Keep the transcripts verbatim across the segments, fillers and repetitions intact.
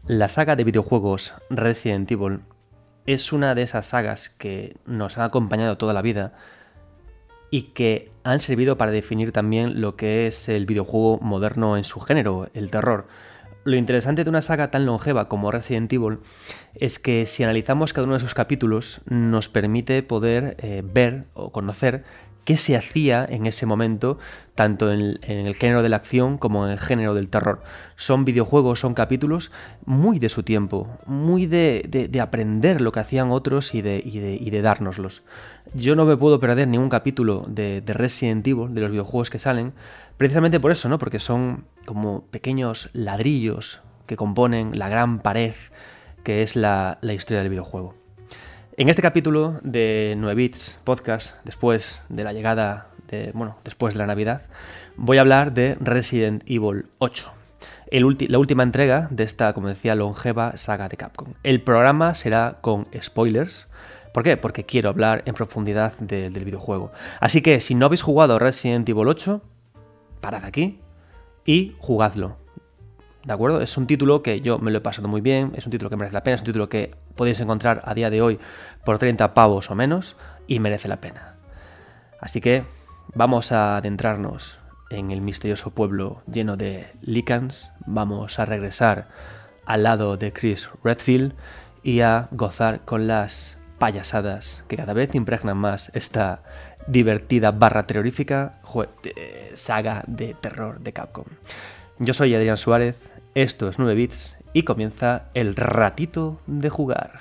La saga de videojuegos Resident Evil es una de esas sagas que nos han acompañado toda la vida y que han servido para definir también lo que es el videojuego moderno en su género, el terror. Lo interesante de una saga tan longeva como Resident Evil es que si analizamos cada uno de sus capítulos nos permite poder eh, ver o conocer qué se hacía en ese momento, tanto en, en el género de la acción como en el género del terror. Son videojuegos, son capítulos muy de su tiempo, muy de, de, de aprender lo que hacían otros y de, y, de, y de dárnoslos. Yo no me puedo perder ningún capítulo de, de Resident Evil, de los videojuegos que salen, precisamente por eso, ¿no? Porque son como pequeños ladrillos que componen la gran pared que es la, la historia del videojuego. En este capítulo de nueve bits Podcast, después de la llegada, de, bueno, después de la Navidad, voy a hablar de Resident Evil ocho, el ulti- la última entrega de esta, como decía, longeva saga de Capcom. El programa será con spoilers. ¿Por qué? Porque quiero hablar en profundidad de, del videojuego. Así que si no habéis jugado Resident Evil ocho, parad aquí y jugadlo. ¿De acuerdo? Es un título que yo me lo he pasado muy bien, es un título que merece la pena, es un título que podéis encontrar a día de hoy por treinta pavos o menos y merece la pena. Así que vamos a adentrarnos en el misterioso pueblo lleno de Lycans, vamos a regresar al lado de Chris Redfield y a gozar con las payasadas que cada vez impregnan más esta divertida barra terrorífica jue- de, saga de terror de Capcom. Yo soy Adrián Suárez, esto es nueve bits y comienza el ratito de jugar.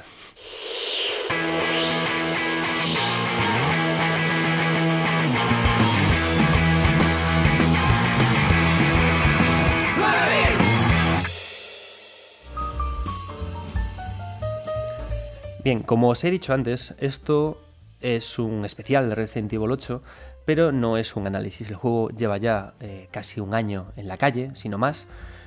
Bien, como os he dicho antes, esto es un especial de Resident Evil ocho, pero no es un análisis. El juego lleva ya eh, casi un año en la calle, si no más,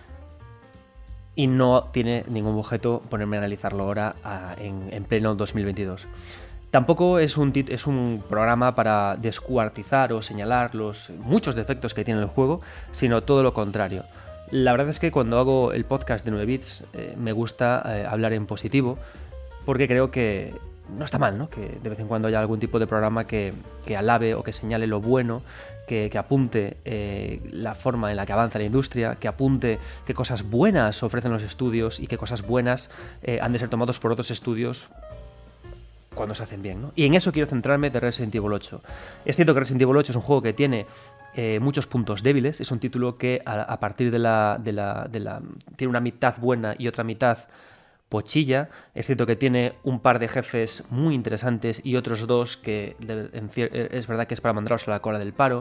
y no tiene ningún objeto ponerme a analizarlo ahora a, en, en pleno dos mil veintidós. Tampoco es un, tit- es un programa para descuartizar o señalar los muchos defectos que tiene el juego, sino todo lo contrario. La verdad es que cuando hago el podcast de nueve bits eh, me gusta eh, hablar en positivo, porque creo que no está mal, ¿no? Que de vez en cuando haya algún tipo de programa que, que alabe o que señale lo bueno, que, que apunte eh, la forma en la que avanza la industria, que apunte qué cosas buenas ofrecen los estudios y qué cosas buenas eh, han de ser tomados por otros estudios cuando se hacen bien, ¿no? Y en eso quiero centrarme de Resident Evil ocho. Es cierto que Resident Evil ocho es un juego que tiene eh, muchos puntos débiles, es un título que a, a partir de la, de, la, de la... tiene una mitad buena y otra mitad pochilla. Es cierto que tiene un par de jefes muy interesantes y otros dos que es verdad que es para mandaros a la cola del paro.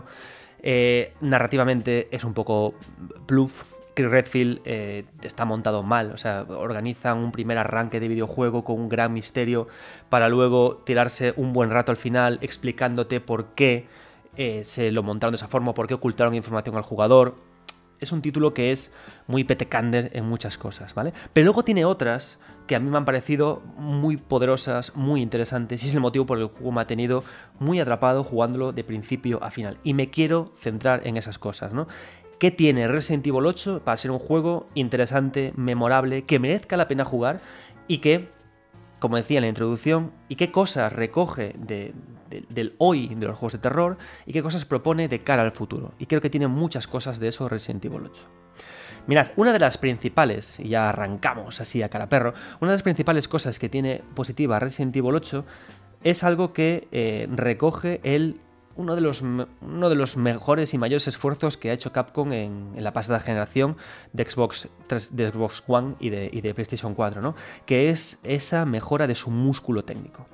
Eh, narrativamente es un poco bluff. Chris Redfield eh, está montado mal, o sea, organizan un primer arranque de videojuego con un gran misterio para luego tirarse un buen rato al final explicándote por qué eh, se lo montaron de esa forma, por qué ocultaron información al jugador. Es un título que es muy petecander en muchas cosas, ¿vale? Pero luego tiene otras que a mí me han parecido muy poderosas, muy interesantes, y es el motivo por el que el juego me ha tenido muy atrapado jugándolo de principio a final. Y me quiero centrar en esas cosas, ¿no? ¿Qué tiene Resident Evil ocho para ser un juego interesante, memorable, que merezca la pena jugar y que, como decía en la introducción, y qué cosas recoge de, de, del hoy de los juegos de terror y qué cosas propone de cara al futuro? Y creo que tiene muchas cosas de eso Resident Evil ocho. Mirad, una de las principales, y ya arrancamos así a cara perro, una de las principales cosas que tiene positiva Resident Evil ocho es algo que eh, recoge el Uno de, los, uno de los mejores y mayores esfuerzos que ha hecho Capcom en, en la pasada generación de Xbox, de Xbox One y de, y de PlayStation cuatro, ¿no? Que es esa mejora de su músculo técnico.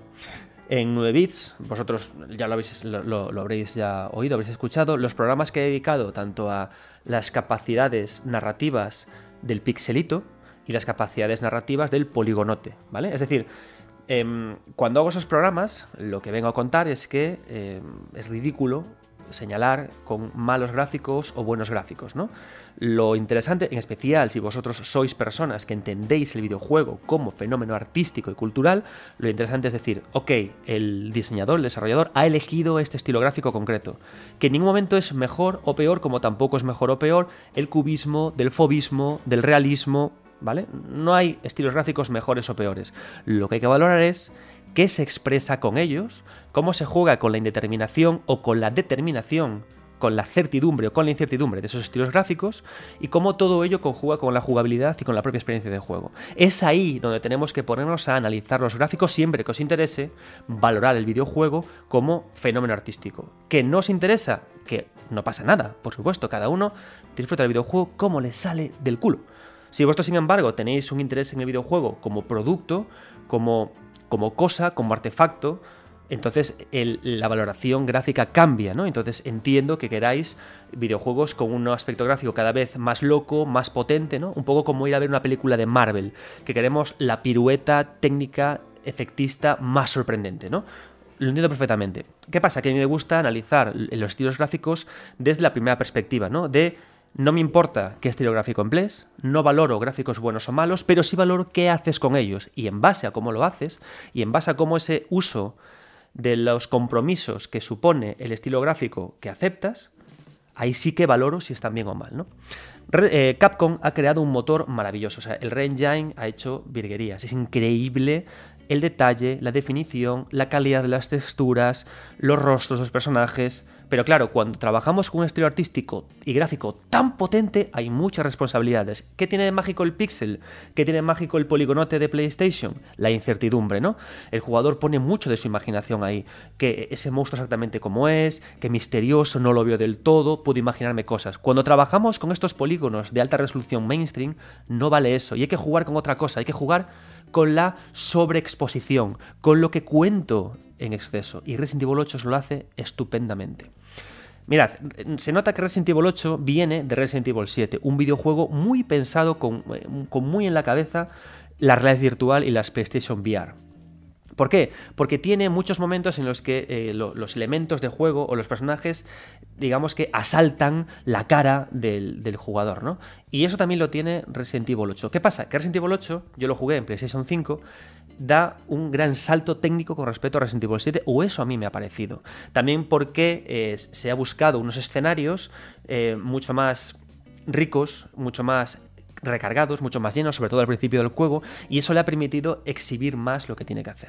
En nueve bits, vosotros ya lo, habéis, lo, lo, lo habréis ya oído, habréis escuchado, los programas que he dedicado tanto a las capacidades narrativas del pixelito y las capacidades narrativas del poligonote, ¿vale? Es decir, Eh, cuando hago esos programas, lo que vengo a contar es que eh, es ridículo señalar con malos gráficos o buenos gráficos, ¿no? Lo interesante, en especial si vosotros sois personas que entendéis el videojuego como fenómeno artístico y cultural, lo interesante es decir, ok, el diseñador, el desarrollador ha elegido este estilo gráfico concreto, que en ningún momento es mejor o peor, como tampoco es mejor o peor el cubismo, del fobismo, del realismo, ¿vale? No hay estilos gráficos mejores o peores. Lo que hay que valorar es qué se expresa con ellos, cómo se juega con la indeterminación o con la determinación, con la certidumbre o con la incertidumbre de esos estilos gráficos y cómo todo ello conjuga con la jugabilidad y con la propia experiencia de juego. Es ahí donde tenemos que ponernos a analizar los gráficos siempre que os interese valorar el videojuego como fenómeno artístico. ¿Que no os interesa? Que no pasa nada, por supuesto, cada uno disfruta del videojuego como le sale del culo. Si vosotros, sin embargo, tenéis un interés en el videojuego como producto, como, como cosa, como artefacto, entonces el, la valoración gráfica cambia, ¿no? Entonces entiendo que queráis videojuegos con un aspecto gráfico cada vez más loco, más potente, ¿no? Un poco como ir a ver una película de Marvel, que queremos la pirueta técnica efectista más sorprendente, ¿no? Lo entiendo perfectamente. ¿Qué pasa? Que a mí me gusta analizar los estilos gráficos desde la primera perspectiva, ¿no? De no me importa qué estilo gráfico emplees, no valoro gráficos buenos o malos, pero sí valoro qué haces con ellos. Y en base a cómo lo haces, y en base a cómo ese uso de los compromisos que supone el estilo gráfico que aceptas, ahí sí que valoro si están bien o mal, ¿no? Re, eh, Capcom ha creado un motor maravilloso, o sea, el Re-Engine ha hecho virguerías, es increíble el detalle, la definición, la calidad de las texturas, los rostros de los personajes. Pero claro, cuando trabajamos con un estilo artístico y gráfico tan potente, hay muchas responsabilidades. ¿Qué tiene de mágico el pixel? ¿Qué tiene de mágico el poligonote de PlayStation? La incertidumbre, ¿no? El jugador pone mucho de su imaginación ahí. Que ese monstruo exactamente como es, que misterioso, no lo veo del todo, puedo imaginarme cosas. Cuando trabajamos con estos polígonos de alta resolución mainstream, no vale eso. Y hay que jugar con otra cosa, hay que jugar con la sobreexposición, con lo que cuento en exceso. Y Resident Evil ocho lo hace estupendamente. Mirad, se nota que Resident Evil ocho viene de Resident Evil siete, un videojuego muy pensado, con, con muy en la cabeza la realidad virtual y las PlayStation V R. ¿Por qué? Porque tiene muchos momentos en los que eh, lo, los elementos de juego o los personajes, digamos que asaltan la cara del, del jugador, ¿no? Y eso también lo tiene Resident Evil ocho. ¿Qué pasa? Que Resident Evil ocho, yo lo jugué en PlayStation cinco, da un gran salto técnico con respecto a Resident Evil siete, o eso a mí me ha parecido. También porque eh, se ha buscado unos escenarios eh, mucho más ricos, mucho más recargados, mucho más llenos, sobre todo al principio del juego, y eso le ha permitido exhibir más lo que tiene que hacer.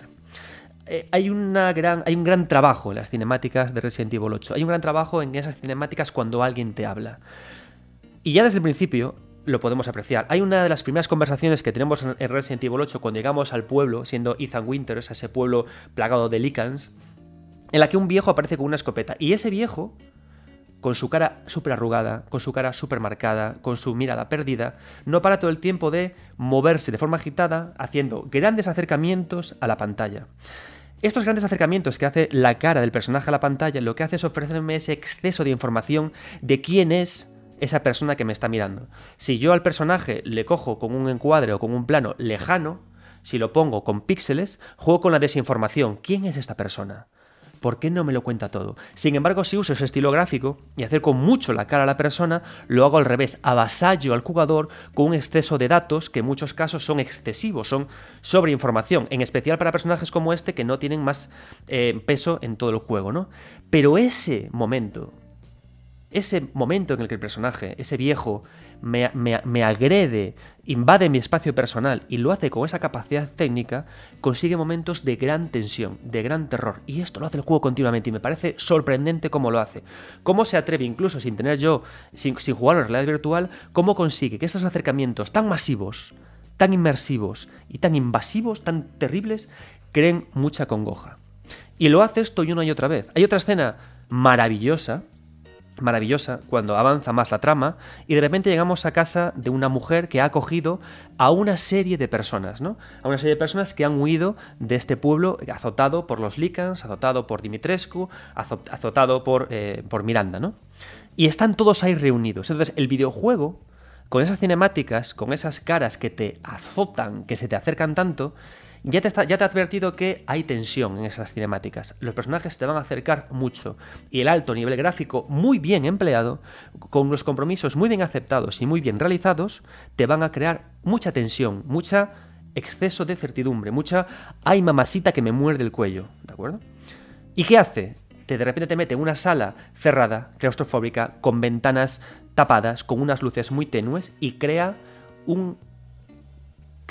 Eh, hay, una gran, hay un gran trabajo en las cinemáticas de Resident Evil ocho, hay un gran trabajo en esas cinemáticas cuando alguien te habla. Y ya desde el principio lo podemos apreciar. Hay una de las primeras conversaciones que tenemos en Resident Evil ocho cuando llegamos al pueblo, siendo Ethan Winters, ese pueblo plagado de Lycans, en la que un viejo aparece con una escopeta, y ese viejo, con su cara súper arrugada, con su cara súper marcada, con su mirada perdida, no para todo el tiempo de moverse de forma agitada, haciendo grandes acercamientos a la pantalla. Estos grandes acercamientos que hace la cara del personaje a la pantalla, lo que hace es ofrecerme ese exceso de información de quién es esa persona que me está mirando. Si yo al personaje le cojo con un encuadre o con un plano lejano, si lo pongo con píxeles, juego con la desinformación. ¿Quién es esta persona? ¿Por qué no me lo cuenta todo? Sin embargo, si uso ese estilo gráfico y acerco mucho la cara a la persona, lo hago al revés, avasallo al jugador con un exceso de datos que en muchos casos son excesivos, son sobreinformación, en especial para personajes como este que no tienen más eh, peso en todo el juego, ¿no? Pero ese momento, ese momento en el que el personaje, ese viejo, me, me, me agrede, invade mi espacio personal y lo hace con esa capacidad técnica, consigue momentos de gran tensión, de gran terror. Y esto lo hace el juego continuamente y me parece sorprendente cómo lo hace. Cómo se atreve, incluso sin tener yo, sin, sin jugar en realidad virtual, cómo consigue que estos acercamientos tan masivos, tan inmersivos y tan invasivos, tan terribles, creen mucha congoja. Y lo hace esto y una y otra vez. Hay otra escena maravillosa, maravillosa, cuando avanza más la trama y de repente llegamos a casa de una mujer que ha acogido a una serie de personas, ¿no? A una serie de personas que han huido de este pueblo azotado por los Lycans, azotado por Dimitrescu, azotado por, eh, por Miranda, ¿no? Y están todos ahí reunidos. Entonces el videojuego, con esas cinemáticas, con esas caras que te azotan, que se te acercan tanto, Ya te, está, ya te ha advertido que hay tensión en esas cinemáticas. Los personajes te van a acercar mucho. Y el alto nivel gráfico, muy bien empleado, con los compromisos muy bien aceptados y muy bien realizados, te van a crear mucha tensión, mucha exceso de certidumbre, mucha ¡ay, mamacita que me muerde el cuello! ¿De acuerdo? ¿Y qué hace? Te, de repente te mete en una sala cerrada, claustrofóbica, con ventanas tapadas, con unas luces muy tenues y crea un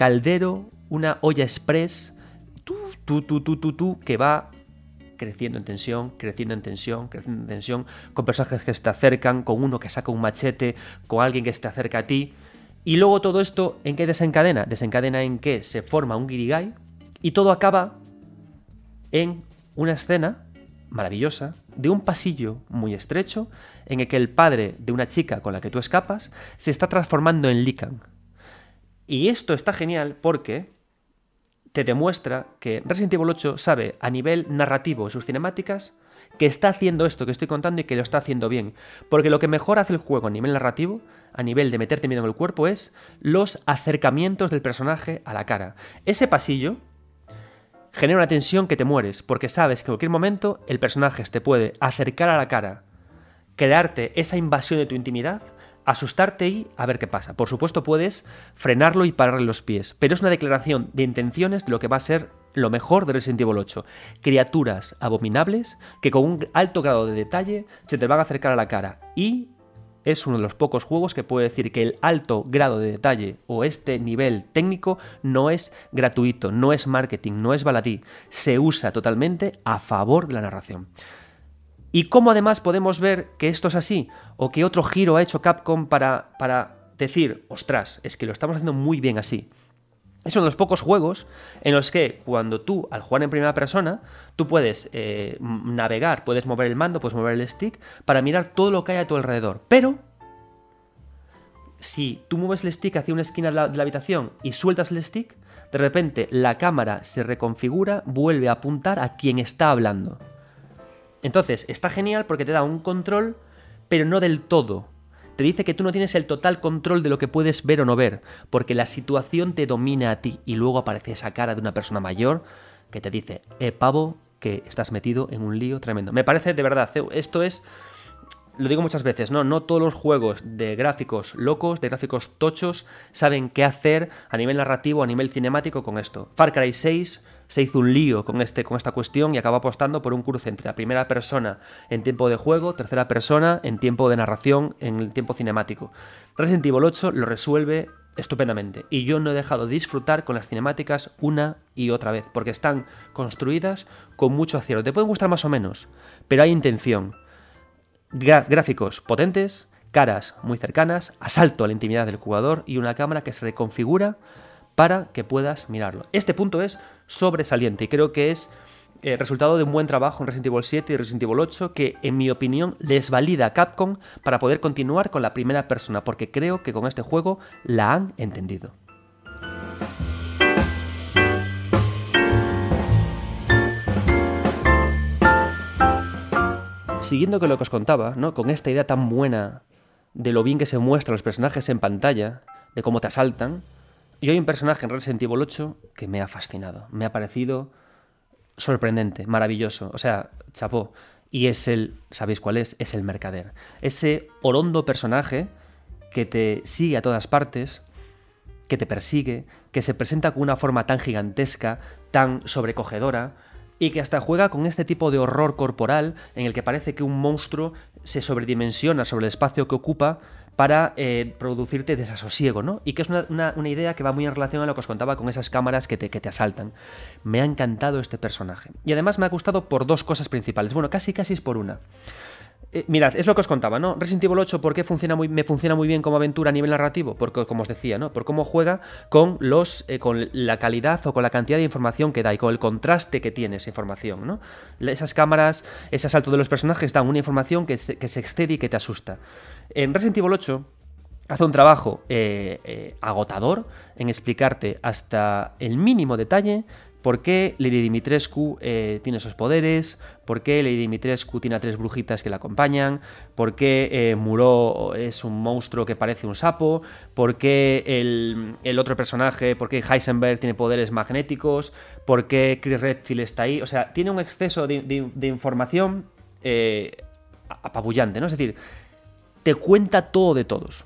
caldero, una olla express, tú, tú, tú, tú, tú, tú, que va creciendo en tensión, creciendo en tensión, creciendo en tensión, con personajes que se te acercan, con uno que saca un machete, con alguien que se te acerca a ti. Y luego todo esto, ¿en qué desencadena? Desencadena en que se forma un guirigay y todo acaba en una escena maravillosa de un pasillo muy estrecho en el que el padre de una chica con la que tú escapas se está transformando en Lican. Y esto está genial porque te demuestra que Resident Evil ocho sabe a nivel narrativo en sus cinemáticas que está haciendo esto que estoy contando y que lo está haciendo bien. Porque lo que mejor hace el juego a nivel narrativo, a nivel de meterte miedo en el cuerpo, es los acercamientos del personaje a la cara. Ese pasillo genera una tensión que te mueres, porque sabes que en cualquier momento el personaje te puede acercar a la cara, crearte esa invasión de tu intimidad, asustarte y a ver qué pasa. Por supuesto puedes frenarlo y pararle los pies, pero es una declaración de intenciones de lo que va a ser lo mejor de Resident Evil ocho. Criaturas abominables que con un alto grado de detalle se te van a acercar a la cara, y es uno de los pocos juegos que puede decir que el alto grado de detalle o este nivel técnico no es gratuito, no es marketing, no es baladí, se usa totalmente a favor de la narración. ¿Y cómo además podemos ver que esto es así? ¿O qué otro giro ha hecho Capcom para, para decir, ostras, es que lo estamos haciendo muy bien así? Es uno de los pocos juegos en los que cuando tú, al jugar en primera persona, tú puedes eh, navegar, puedes mover el mando, puedes mover el stick para mirar todo lo que hay a tu alrededor. Pero si tú mueves el stick hacia una esquina de la, de la habitación y sueltas el stick, de repente la cámara se reconfigura, vuelve a apuntar a quien está hablando. Entonces, está genial porque te da un control, pero no del todo. Te dice que tú no tienes el total control de lo que puedes ver o no ver, porque la situación te domina a ti, y luego aparece esa cara de una persona mayor que te dice, eh, pavo, que estás metido en un lío tremendo. Me parece, de verdad, esto es, lo digo muchas veces, ¿no? No todos los juegos de gráficos locos, de gráficos tochos, saben qué hacer a nivel narrativo, a nivel cinemático con esto. Far Cry seis se hizo un lío con, este, con esta cuestión y acabó apostando por un cruce entre la primera persona en tiempo de juego, tercera persona en tiempo de narración, en el tiempo cinemático. Resident Evil ocho lo resuelve estupendamente, y yo no he dejado de disfrutar con las cinemáticas una y otra vez, porque están construidas con mucho acierto. Te pueden gustar más o menos, pero hay intención. Gra- gráficos potentes, caras muy cercanas, asalto a la intimidad del jugador y una cámara que se reconfigura para que puedas mirarlo. Este punto es sobresaliente y creo que es eh, resultado de un buen trabajo en Resident Evil siete y Resident Evil ocho que, en mi opinión, les valida a Capcom para poder continuar con la primera persona, porque creo que con este juego la han entendido. Siguiendo con lo que os contaba, ¿no? Con esta idea tan buena de lo bien que se muestran los personajes en pantalla, de cómo te asaltan, y hay un personaje en Resident Evil ocho que me ha fascinado, me ha parecido sorprendente, maravilloso, o sea, chapó. Y es el, ¿sabéis cuál es? Es el mercader. Ese orondo personaje que te sigue a todas partes, que te persigue, que se presenta con una forma tan gigantesca, tan sobrecogedora, y que hasta juega con este tipo de horror corporal en el que parece que un monstruo se sobredimensiona sobre el espacio que ocupa para eh, producirte desasosiego, ¿no? Y que es una, una, una idea que va muy en relación a lo que os contaba con esas cámaras que te, que te asaltan. Me ha encantado este personaje. Y además me ha gustado por dos cosas principales. Bueno, casi casi es por una. Eh, mirad, es lo que os contaba, ¿no? Resident Evil ocho, ¿por qué funciona muy, me funciona muy bien como aventura a nivel narrativo? Porque, como os decía, ¿no? Por cómo juega con, los, eh, con la calidad o con la cantidad de información que da y con el contraste que tiene esa información, ¿no? Esas cámaras, ese asalto de los personajes dan una información que se, que se excede y que te asusta. En Resident Evil ocho hace un trabajo eh, eh, agotador en explicarte hasta el mínimo detalle por qué Lady Dimitrescu eh, tiene esos poderes, por qué Lady Dimitrescu tiene a tres brujitas que la acompañan, por qué eh, Muro es un monstruo que parece un sapo, por qué el, el otro personaje, por qué Heisenberg tiene poderes magnéticos, por qué Chris Redfield está ahí. O sea, tiene un exceso de, de, de información eh, apabullante, ¿no? Es decir, te cuenta todo de todos.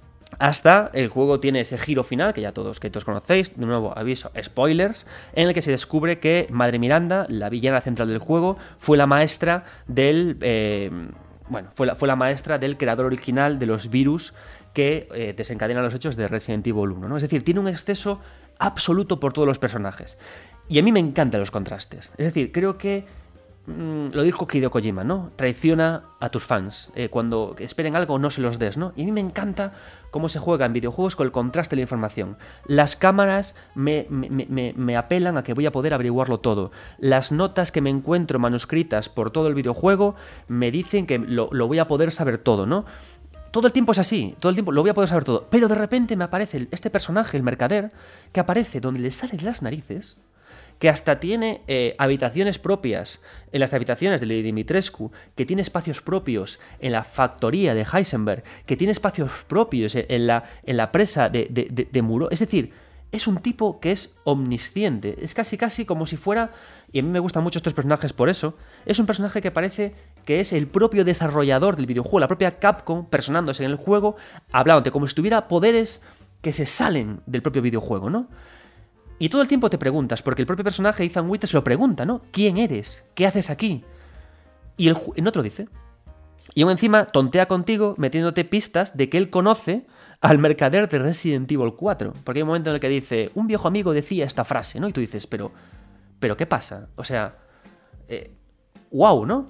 Hasta el juego tiene ese giro final, que ya todos, que todos conocéis, de nuevo aviso, spoilers, en el que se descubre que Madre Miranda, la villana central del juego, fue la maestra del... Eh, bueno, fue la, fue la maestra del creador original de los virus que eh, desencadenan los hechos de Resident Evil uno, ¿no? Es decir, tiene un exceso absoluto por todos los personajes. Y a mí me encantan los contrastes. Es decir, creo que mmm, lo dijo Hideo Kojima, ¿no? Traiciona a tus fans. Eh, cuando esperen algo, no se los des, ¿no? Y a mí me encanta cómo se juega en videojuegos con el contraste de la información. Las cámaras me, me, me, me apelan a que voy a poder averiguarlo todo. Las notas que me encuentro manuscritas por todo el videojuego me dicen que lo, lo voy a poder saber todo, ¿no? Todo el tiempo es así, todo el tiempo lo voy a poder saber todo. Pero de repente me aparece este personaje, el mercader, que aparece donde le salen las narices, que hasta tiene eh, habitaciones propias en las habitaciones de Lady Dimitrescu, que tiene espacios propios en la factoría de Heisenberg, que tiene espacios propios en la, en la presa de, de, de, de Muro. Es decir, es un tipo que es omnisciente, es casi casi como si fuera, y a mí me gustan mucho estos personajes por eso, es un personaje que parece que es el propio desarrollador del videojuego, la propia Capcom personándose en el juego, hablándote como si tuviera poderes que se salen del propio videojuego, ¿no? Y todo el tiempo te preguntas, porque el propio personaje, Ethan Winters, lo pregunta, ¿no? ¿Quién eres? ¿Qué haces aquí? Y el, no te lo dice. Y aún encima tontea contigo metiéndote pistas de que él conoce al mercader de Resident Evil cuatro. Porque hay un momento en el que dice, un viejo amigo decía esta frase, ¿no? Y tú dices, pero, ¿pero qué pasa? O sea, eh, wow, ¿no?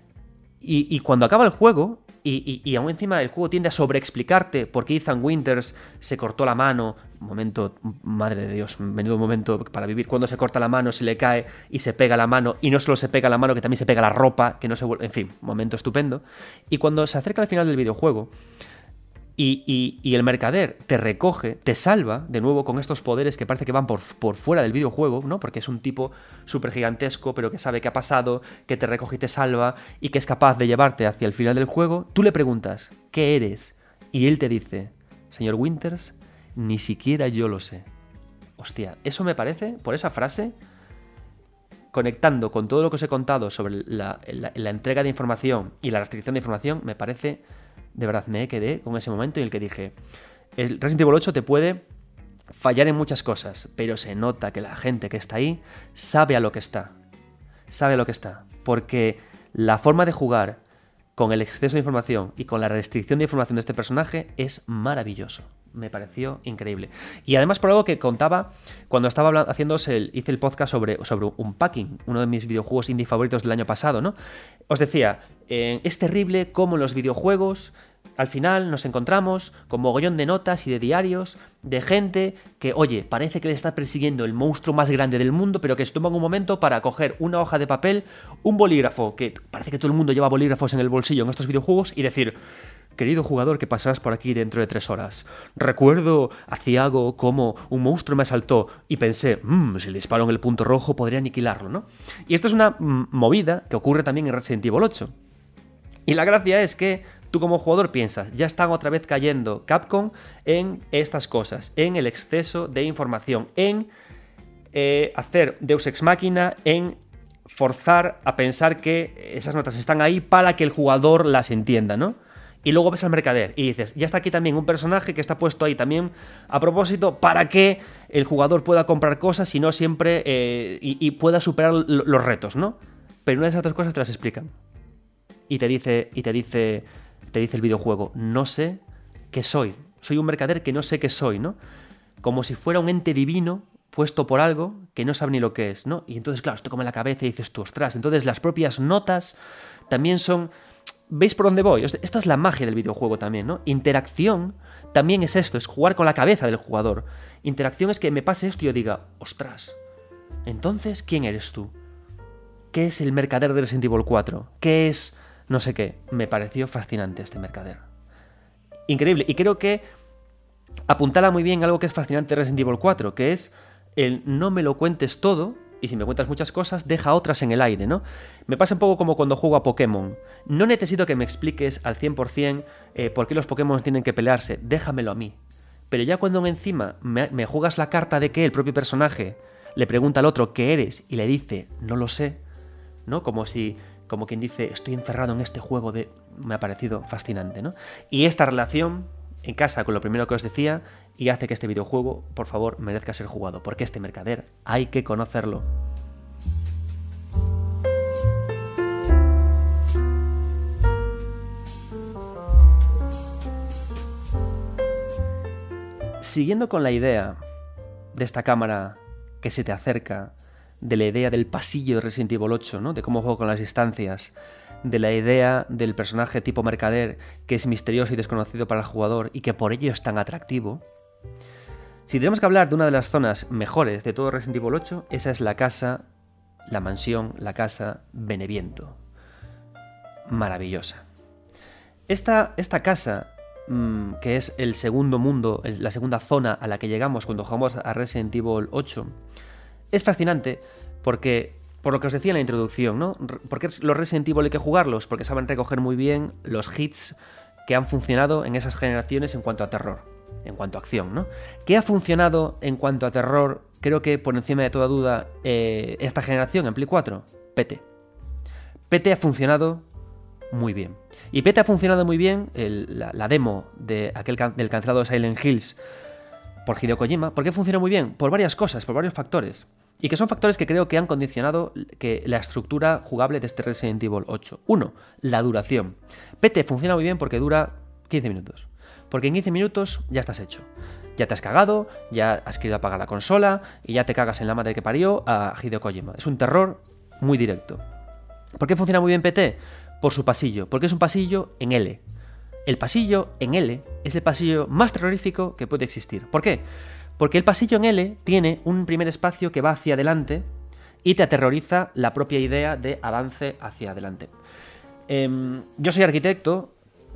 Y, y cuando acaba el juego, y, y, y aún encima el juego tiende a sobreexplicarte por qué Ethan Winters se cortó la mano, un momento, madre de Dios, menudo momento para vivir, cuando se corta la mano, se le cae y se pega la mano, y no solo se pega la mano, que también se pega la ropa, que no se vuelve, en fin, momento estupendo. Y cuando se acerca al final del videojuego, Y, y, y el mercader te recoge, te salva, de nuevo con estos poderes que parece que van por, por fuera del videojuego, ¿no? Porque es un tipo súper gigantesco, pero que sabe qué ha pasado, que te recoge y te salva, y que es capaz de llevarte hacia el final del juego. Tú le preguntas, ¿qué eres? Y él te dice, señor Winters, ni siquiera yo lo sé. Hostia, eso me parece, por esa frase, conectando con todo lo que os he contado sobre la, la, la entrega de información y la restricción de información, me parece... De verdad, me quedé con ese momento en el que dije, el Resident Evil ocho te puede fallar en muchas cosas, pero se nota que la gente que está ahí sabe a lo que está. Sabe a lo que está. Porque la forma de jugar con el exceso de información y con la restricción de información de este personaje es maravilloso. Me pareció increíble. Y además por algo que contaba cuando estaba hablando, haciéndose el, hice el podcast sobre, sobre Unpacking, uno de mis videojuegos indie favoritos del año pasado, ¿no? Os decía, eh, es terrible cómo en los videojuegos al final nos encontramos con mogollón de notas y de diarios de gente que, oye, parece que le está persiguiendo el monstruo más grande del mundo, pero que se toman un momento para coger una hoja de papel, un bolígrafo, que parece que todo el mundo lleva bolígrafos en el bolsillo en estos videojuegos, y decir... Querido jugador que pasarás por aquí dentro de tres horas. Recuerdo aciago cómo un monstruo me asaltó y pensé, mmm, si le disparo en el punto rojo podría aniquilarlo, ¿no? Y esto es una mm, movida que ocurre también en Resident Evil ocho. Y la gracia es que tú como jugador piensas, ya están otra vez cayendo Capcom en estas cosas, en el exceso de información, en eh, hacer Deus Ex Machina, en forzar a pensar que esas notas están ahí para que el jugador las entienda, ¿no? Y luego ves al mercader y dices, ya está aquí también un personaje que está puesto ahí también a propósito para que el jugador pueda comprar cosas y no siempre eh, y, y pueda superar los retos, ¿no? Pero una de esas otras cosas te las explican. Y te dice, y te dice, te dice el videojuego, no sé qué soy. Soy un mercader que no sé qué soy, ¿no? Como si fuera un ente divino puesto por algo que no sabe ni lo que es, ¿no? Y entonces, claro, esto come la cabeza y dices tú, ostras. Entonces las propias notas también son... ¿Veis por dónde voy? Esta es la magia del videojuego también, ¿no? Interacción también es esto, es jugar con la cabeza del jugador. Interacción es que me pase esto y yo diga, ostras, entonces, ¿quién eres tú? ¿Qué es el mercader de Resident Evil cuatro? ¿Qué es no sé qué? Me pareció fascinante este mercader. Increíble. Y creo que apuntala muy bien algo que es fascinante de Resident Evil cuatro, que es el no me lo cuentes todo, y si me cuentas muchas cosas, deja otras en el aire, ¿no? Me pasa un poco como cuando juego a Pokémon. No necesito que me expliques al cien por cien eh, por qué los Pokémon tienen que pelearse. Déjamelo a mí. Pero ya cuando encima me, me juegas la carta de que el propio personaje le pregunta al otro qué eres y le dice, no lo sé, ¿no? Como si, como quien dice, estoy encerrado en este juego de... Me ha parecido fascinante, ¿no? Y esta relación casa con lo primero que os decía y hace que este videojuego, por favor, merezca ser jugado, porque este mercader hay que conocerlo. Siguiendo con la idea de esta cámara que se te acerca, de la idea del pasillo de Resident Evil ocho, ¿no? De cómo juego con las distancias, de la idea del personaje tipo mercader que es misterioso y desconocido para el jugador y que por ello es tan atractivo. Si tenemos que hablar de una de las zonas mejores de todo Resident Evil ocho, esa es la casa, la mansión, la casa Beneviento. Maravillosa. Esta, esta casa, mmm, que es el segundo mundo, la segunda zona a la que llegamos cuando jugamos a Resident Evil ocho, es fascinante porque, por lo que os decía en la introducción, ¿no? Porque los Resident Evil hay que jugarlos, porque saben recoger muy bien los hits que han funcionado en esas generaciones en cuanto a terror, en cuanto a acción, ¿no? ¿Qué ha funcionado en cuanto a terror? Creo que por encima de toda duda eh, esta generación en Play cuatro, P T. P T ha funcionado muy bien. Y P T ha funcionado muy bien, el, la, la demo de aquel can, del cancelado Silent Hills por Hideo Kojima. ¿Por qué funciona muy bien? Por varias cosas, por varios factores. Y que son factores que creo que han condicionado que la estructura jugable de este Resident Evil ocho. Uno, la duración. P T funciona muy bien porque dura quince minutos. Porque en quince minutos ya estás hecho. Ya te has cagado, ya has querido apagar la consola y ya te cagas en la madre que parió a Hideo Kojima. Es un terror muy directo. ¿Por qué funciona muy bien P T? Por su pasillo. Porque es un pasillo en L. El pasillo en L es el pasillo más terrorífico que puede existir. ¿Por qué? Porque el pasillo en L tiene un primer espacio que va hacia adelante y te aterroriza la propia idea de avance hacia adelante. Eh, yo soy arquitecto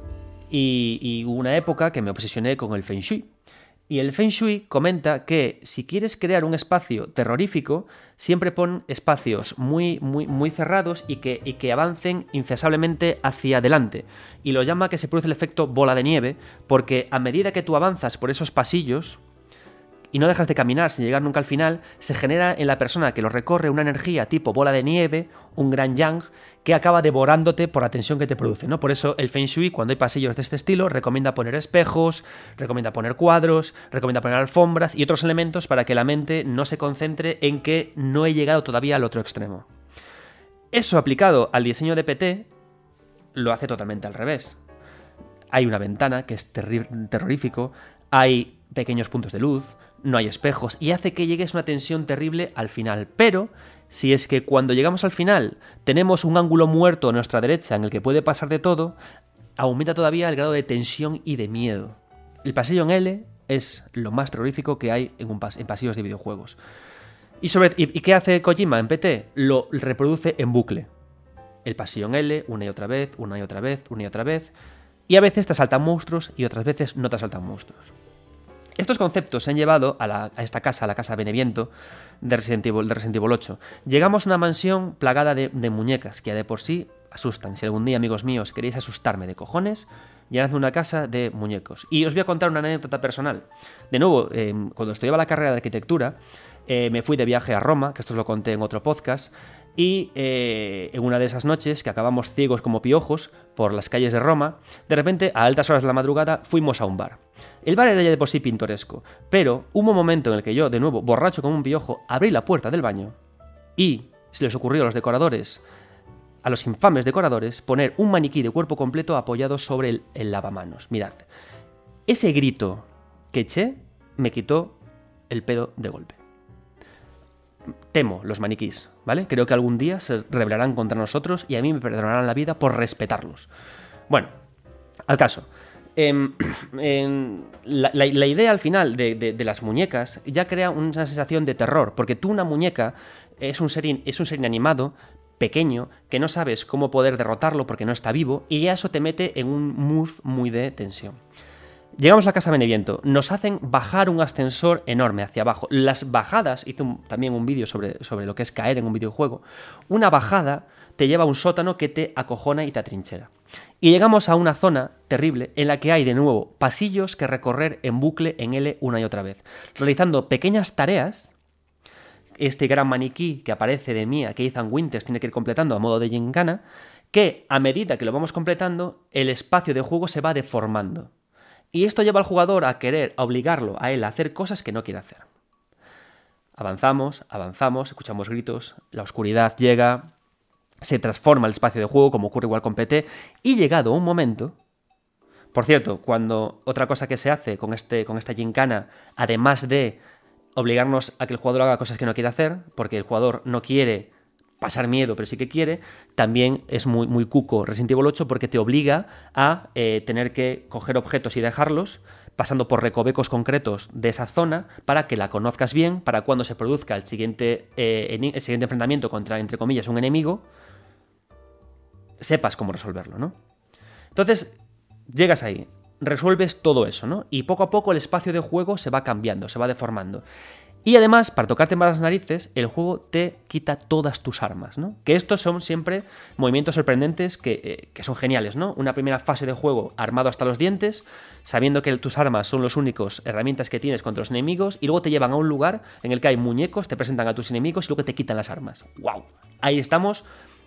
y, y hubo una época que me obsesioné con el Feng Shui. Y el Feng Shui comenta que si quieres crear un espacio terrorífico, siempre pon espacios muy, muy, muy cerrados y que, y que avancen incesablemente hacia adelante. Y lo llama que se produce el efecto bola de nieve, porque a medida que tú avanzas por esos pasillos y no dejas de caminar sin llegar nunca al final, se genera en la persona que lo recorre una energía tipo bola de nieve, un gran yang, que acaba devorándote por la tensión que te produce, ¿no? Por eso el Feng Shui, cuando hay pasillos de este estilo, recomienda poner espejos, recomienda poner cuadros, recomienda poner alfombras y otros elementos para que la mente no se concentre en que no he llegado todavía al otro extremo. Eso aplicado al diseño de P T lo hace totalmente al revés. Hay una ventana que es terrorífico, hay pequeños puntos de luz, no hay espejos y hace que llegues a una tensión terrible al final. Pero si es que cuando llegamos al final tenemos un ángulo muerto a nuestra derecha en el que puede pasar de todo, aumenta todavía el grado de tensión y de miedo. El pasillo en L es lo más terrorífico que hay en, un pas en pasillos de videojuegos. ¿Y, sobre ¿Y qué hace Kojima en P T? Lo reproduce en bucle. El pasillo en L, una y otra vez, una y otra vez, una y otra vez. Y a veces te asaltan monstruos y otras veces no te asaltan monstruos. Estos conceptos se han llevado a, la, a esta casa, a la casa Beneviento de Resident Evil, de Resident Evil ocho. Llegamos a una mansión plagada de, de muñecas que ya de por sí asustan. Si algún día, amigos míos, queréis asustarme de cojones, llenad una casa de muñecos. Y os voy a contar una anécdota personal. De nuevo, eh, cuando estudiaba la carrera de arquitectura, eh, me fui de viaje a Roma, que esto os lo conté en otro podcast, y eh, en una de esas noches que acabamos ciegos como piojos por las calles de Roma, de repente, a altas horas de la madrugada, fuimos a un bar. El bar era ya de por sí pintoresco, pero hubo un momento en el que yo, de nuevo, borracho como un piojo, abrí la puerta del baño y se les ocurrió a los decoradores, a los infames decoradores, poner un maniquí de cuerpo completo apoyado sobre el, el lavamanos. Mirad, ese grito que eché me quitó el pedo de golpe. Temo los maniquís, ¿vale? Creo que algún día se rebelarán contra nosotros y a mí me perdonarán la vida por respetarlos. Bueno, al caso. Eh, eh, la, la, la idea al final de, de, de las muñecas ya crea una sensación de terror, porque tú una muñeca es un ser, in, es un ser inanimado, pequeño, que no sabes cómo poder derrotarlo porque no está vivo, y ya eso te mete en un mood muy de tensión. Llegamos a la casa Beneviento, nos hacen bajar un ascensor enorme hacia abajo. Las bajadas, hice un, también un vídeo sobre, sobre lo que es caer en un videojuego, una bajada te lleva a un sótano que te acojona y te atrinchera. Y llegamos a una zona terrible en la que hay de nuevo pasillos que recorrer en bucle en L una y otra vez, realizando pequeñas tareas. Este gran maniquí que aparece de Mia, que Ethan Winters tiene que ir completando a modo de gincana, que a medida que lo vamos completando, el espacio de juego se va deformando. Y esto lleva al jugador a querer, a obligarlo a él a hacer cosas que no quiere hacer. Avanzamos, avanzamos, escuchamos gritos, la oscuridad llega, se transforma el espacio de juego, como ocurre igual con P T, y llegado un momento... Por cierto, cuando otra cosa que se hace con, este, con esta gincana, además de obligarnos a que el jugador haga cosas que no quiere hacer, porque el jugador no quiere pasar miedo, pero sí que quiere. También es muy, muy cuco Resident Evil ocho porque te obliga a eh, tener que coger objetos y dejarlos, pasando por recovecos concretos de esa zona para que la conozcas bien, para cuando se produzca el siguiente, eh, el siguiente enfrentamiento contra, entre comillas, un enemigo, sepas cómo resolverlo, ¿no? Entonces, llegas ahí, resuelves todo eso, ¿no? Y poco a poco el espacio de juego se va cambiando, se va deformando. Y además, para tocarte más las narices, el juego te quita todas tus armas, ¿no? Que estos son siempre movimientos sorprendentes que, eh, que son geniales, ¿no? Una primera fase de juego armado hasta los dientes, sabiendo que tus armas son los únicos herramientas que tienes contra los enemigos, y luego te llevan a un lugar en el que hay muñecos, te presentan a tus enemigos y luego te quitan las armas. ¡Wow! Ahí estamos,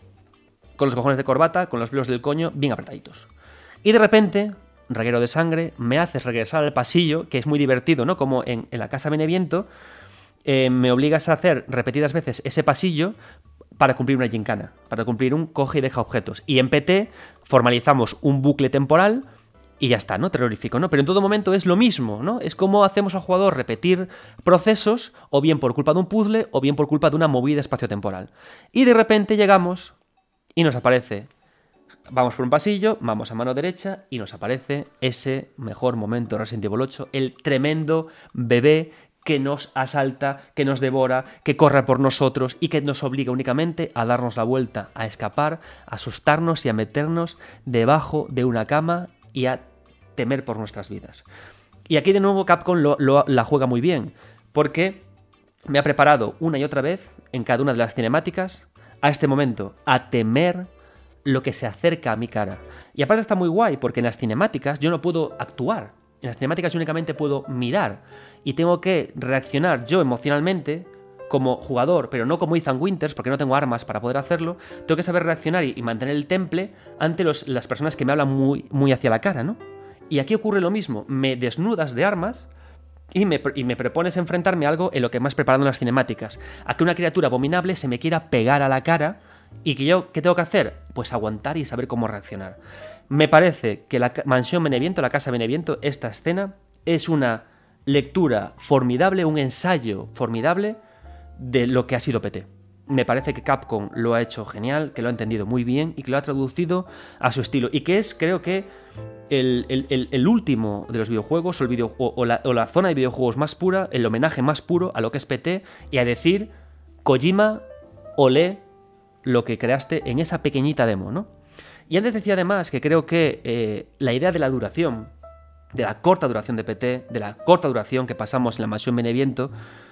con los cojones de corbata, con los pelos del coño bien apretaditos. Y de repente, reguero de sangre, me haces regresar al pasillo, que es muy divertido, ¿no? Como en, en la Casa Beneviento, Eh, me obligas a hacer repetidas veces ese pasillo para cumplir una gincana, para cumplir un coge y deja objetos. Y en P T formalizamos un bucle temporal y ya está, ¿no? Terrorífico, ¿no? Pero en todo momento es lo mismo, ¿no? Es como hacemos al jugador repetir procesos, o bien por culpa de un puzzle, o bien por culpa de una movida espaciotemporal. Y de repente llegamos y nos aparece... Vamos por un pasillo, vamos a mano derecha y nos aparece ese mejor momento de Resident Evil ocho, el tremendo bebé que nos asalta, que nos devora, que corre por nosotros y que nos obliga únicamente a darnos la vuelta, a escapar, a asustarnos y a meternos debajo de una cama y a temer por nuestras vidas. Y aquí de nuevo Capcom lo, lo, la juega muy bien, porque me ha preparado una y otra vez, en cada una de las cinemáticas, a este momento, a temer lo que se acerca a mi cara. Y aparte está muy guay, porque en las cinemáticas yo no puedo actuar. En las cinemáticas yo únicamente puedo mirar y tengo que reaccionar yo emocionalmente como jugador, pero no como Ethan Winters, porque no tengo armas para poder hacerlo. Tengo que saber reaccionar y, y mantener el temple ante los, las personas que me hablan muy, muy hacia la cara, ¿no? Y aquí ocurre lo mismo, me desnudas de armas y me, y me propones enfrentarme a algo en lo que me has preparado en las cinemáticas, a que una criatura abominable se me quiera pegar a la cara y que yo, ¿qué tengo que hacer? Pues aguantar y saber cómo reaccionar. Me parece que la Mansión Beneviento, la Casa Beneviento, esta escena es una lectura formidable, un ensayo formidable de lo que ha sido P T. Me parece que Capcom lo ha hecho genial, que lo ha entendido muy bien y que lo ha traducido a su estilo. Y que es, creo que, el, el, el, el último de los videojuegos, o, el video, o, o, la, o la zona de videojuegos más pura, el homenaje más puro a lo que es P T y a decir, Kojima, olé lo que creaste en esa pequeñita demo, ¿no? Y antes decía además que creo que eh, la idea de la duración, de la corta duración de P T, de la corta duración que pasamos en la Mansión Beneviento,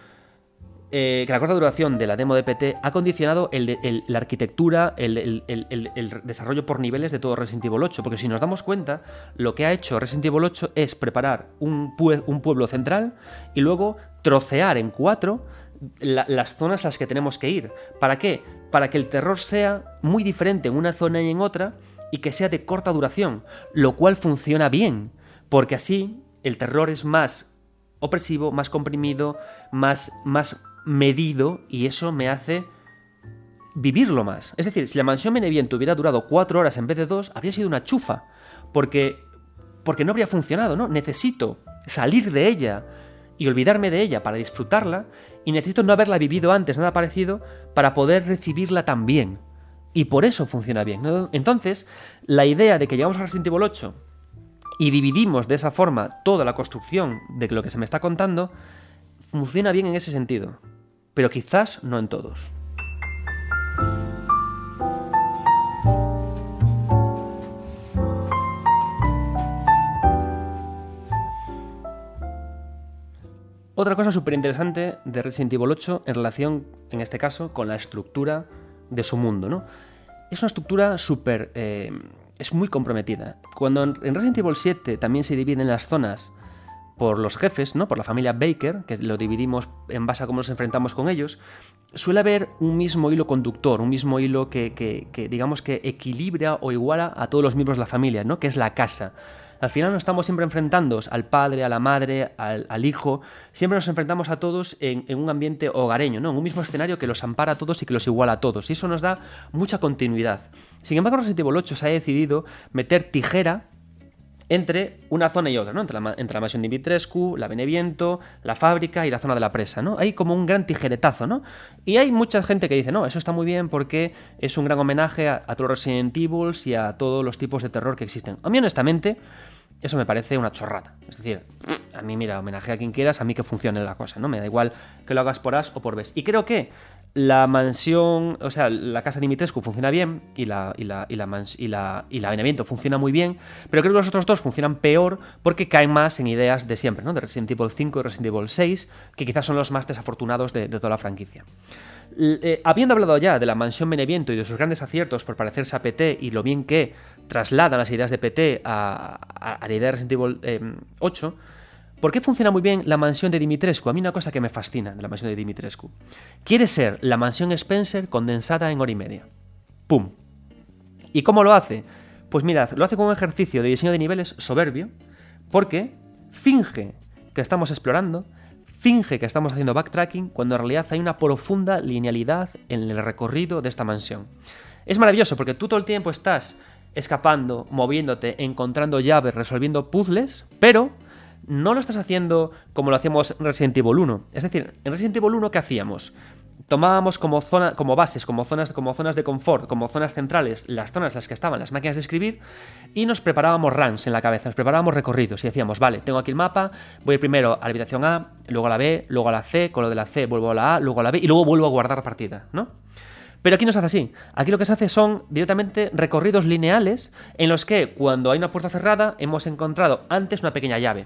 eh, que la corta duración de la demo de P T ha condicionado el, el, la arquitectura, el, el, el, el desarrollo por niveles de todo Resident Evil ocho, porque si nos damos cuenta, lo que ha hecho Resident Evil ocho es preparar un, pue un pueblo central y luego trocear en cuatro la, las zonas a las que tenemos que ir. ¿Para qué? Para que el terror sea muy diferente en una zona y en otra y que sea de corta duración, lo cual funciona bien, porque así el terror es más opresivo, más comprimido, más, más medido y eso me hace vivirlo más. Es decir, si la Mansión Beneviento hubiera durado cuatro horas en vez de dos, habría sido una chufa, porque, porque no habría funcionado, ¿no? Necesito salir de ella y olvidarme de ella para disfrutarla, y necesito no haberla vivido antes, nada parecido, para poder recibirla tan bien. Y por eso funciona bien, ¿no? Entonces, la idea de que llegamos a Resident Evil ocho y dividimos de esa forma toda la construcción de lo que se me está contando, funciona bien en ese sentido, pero quizás no en todos. Otra cosa súper interesante de Resident Evil ocho en relación, en este caso, con la estructura de su mundo, ¿no? Es una estructura súper... Eh, es muy comprometida. Cuando en Resident Evil siete también se dividen las zonas por los jefes, ¿no? Por la familia Baker, que lo dividimos en base a cómo nos enfrentamos con ellos, suele haber un mismo hilo conductor, un mismo hilo que, que, que digamos que equilibra o iguala a todos los miembros de la familia, ¿no? Que es la casa. Al final nos estamos siempre enfrentando al padre, a la madre, al, al hijo. Siempre nos enfrentamos a todos en, en un ambiente hogareño, ¿no? En un mismo escenario que los ampara a todos y que los iguala a todos. Y eso nos da mucha continuidad. Sin embargo, en Resident Evil ocho se ha decidido meter tijera entre una zona y otra, ¿no? Entre la, entre la mansión de Dimitrescu, la Beneviento, la fábrica y la zona de la presa, ¿no? Hay como un gran tijeretazo, ¿no? Y hay mucha gente que dice, no, eso está muy bien porque es un gran homenaje a, a todos los Resident Evil y a todos los tipos de terror que existen. A mí, honestamente, eso me parece una chorrada. Es decir, a mí, mira, homenaje a quien quieras, a mí que funcione la cosa, ¿no? Me da igual que lo hagas por as o por bes. Y creo que la mansión, o sea, la casa de Dimitrescu funciona bien y la, y la, y la, mans, y la, y la Beneviento funciona muy bien, pero creo que los otros dos funcionan peor porque caen más en ideas de siempre, ¿no? De Resident Evil cinco y Resident Evil seis, que quizás son los más desafortunados de, de toda la franquicia. Eh, habiendo hablado ya de la mansión Beneviento y de sus grandes aciertos por parecerse a P T y lo bien que trasladan las ideas de P T a, a, a la idea de Resident Evil eh, ocho, ¿por qué funciona muy bien la mansión de Dimitrescu? A mí una cosa que me fascina de la mansión de Dimitrescu. Quiere ser la mansión Spencer condensada en hora y media. ¡Pum! ¿Y cómo lo hace? Pues mirad, lo hace con un ejercicio de diseño de niveles soberbio, porque finge que estamos explorando, finge que estamos haciendo backtracking, cuando en realidad hay una profunda linealidad en el recorrido de esta mansión. Es maravilloso porque tú todo el tiempo estás escapando, moviéndote, encontrando llaves, resolviendo puzzles, pero no lo estás haciendo como lo hacíamos en Resident Evil uno. Es decir, en Resident Evil uno, ¿qué hacíamos? Tomábamos como, zona, como bases, como zonas, como zonas de confort, como zonas centrales, las zonas en las que estaban las máquinas de escribir, y nos preparábamos runs en la cabeza, nos preparábamos recorridos y decíamos, vale, tengo aquí el mapa, voy primero a la habitación A, luego a la B, luego a la C, con lo de la C vuelvo a la A, luego a la B y luego vuelvo a guardar partida, ¿no? Pero aquí no se hace así. Aquí lo que se hace son directamente recorridos lineales en los que cuando hay una puerta cerrada hemos encontrado antes una pequeña llave.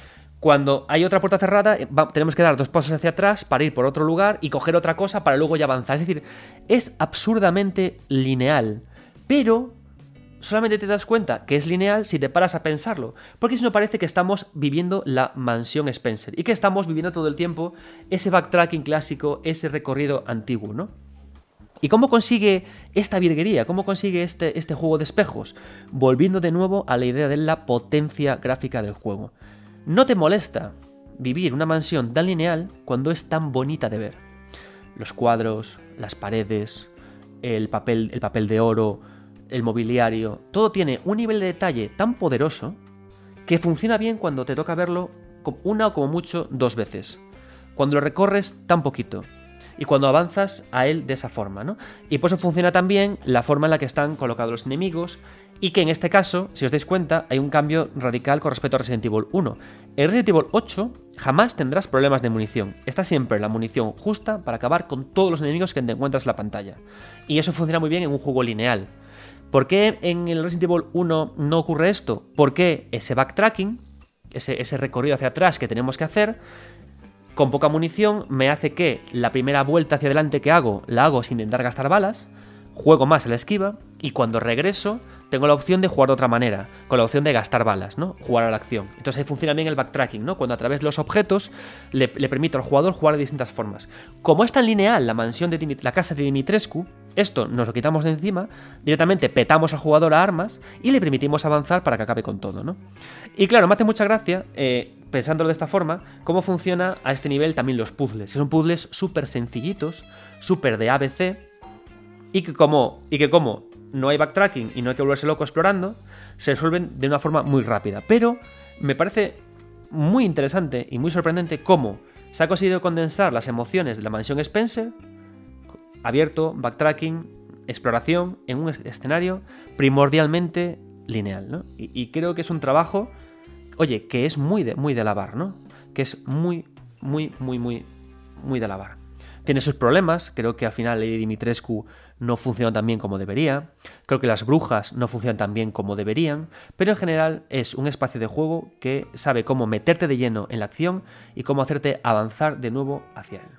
Cuando hay otra puerta cerrada, va, tenemos que dar dos pasos hacia atrás para ir por otro lugar y coger otra cosa para luego ya avanzar. Es decir, es absurdamente lineal. Pero solamente te das cuenta que es lineal si te paras a pensarlo. Porque si no parece que estamos viviendo la mansión Spencer y que estamos viviendo todo el tiempo ese backtracking clásico, ese recorrido antiguo, ¿no? ¿Y cómo consigue esta virguería? ¿Cómo consigue este, este juego de espejos? Volviendo de nuevo a la idea de la potencia gráfica del juego. No te molesta vivir una mansión tan lineal cuando es tan bonita de ver. Los cuadros, las paredes, el papel, el papel de oro, el mobiliario, todo tiene un nivel de detalle tan poderoso que funciona bien cuando te toca verlo una o como mucho dos veces. Cuando lo recorres tan poquito. Y cuando avanzas a él de esa forma, ¿no? Y por eso funciona también la forma en la que están colocados los enemigos y que en este caso, si os dais cuenta, hay un cambio radical con respecto a Resident Evil uno. En Resident Evil ocho jamás tendrás problemas de munición. Está siempre la munición justa para acabar con todos los enemigos que te encuentras en la pantalla. Y eso funciona muy bien en un juego lineal. ¿Por qué en el Resident Evil uno no ocurre esto? Porque ese backtracking, ese, ese recorrido hacia atrás que tenemos que hacer, con poca munición me hace que la primera vuelta hacia adelante que hago, la hago sin intentar gastar balas, juego más a la esquiva y cuando regreso tengo la opción de jugar de otra manera, con la opción de gastar balas, ¿no? Jugar a la acción. Entonces ahí funciona bien el backtracking, ¿no? Cuando a través de los objetos le, le permito al jugador jugar de distintas formas. Como es tan lineal la mansión de Dimit- la casa de Dimitrescu, esto nos lo quitamos de encima, directamente petamos al jugador a armas y le permitimos avanzar para que acabe con todo, ¿no? Y claro, me hace mucha gracia, eh, pensándolo de esta forma, cómo funciona a este nivel también los puzzles. Son puzzles súper sencillitos, súper de A B C, y que como, y que como no hay backtracking y no hay que volverse loco explorando, se resuelven de una forma muy rápida. Pero me parece muy interesante y muy sorprendente cómo se ha conseguido condensar las emociones de la mansión Spencer, abierto, backtracking, exploración, en un escenario primordialmente lineal, ¿no? Y, y creo que es un trabajo, oye, que es muy de, muy de alabar, ¿no? Que es muy, muy, muy, muy, muy de alabar. Tiene sus problemas, creo que al final Lady Dimitrescu no funciona tan bien como debería, creo que las brujas no funcionan tan bien como deberían, pero en general es un espacio de juego que sabe cómo meterte de lleno en la acción y cómo hacerte avanzar de nuevo hacia él.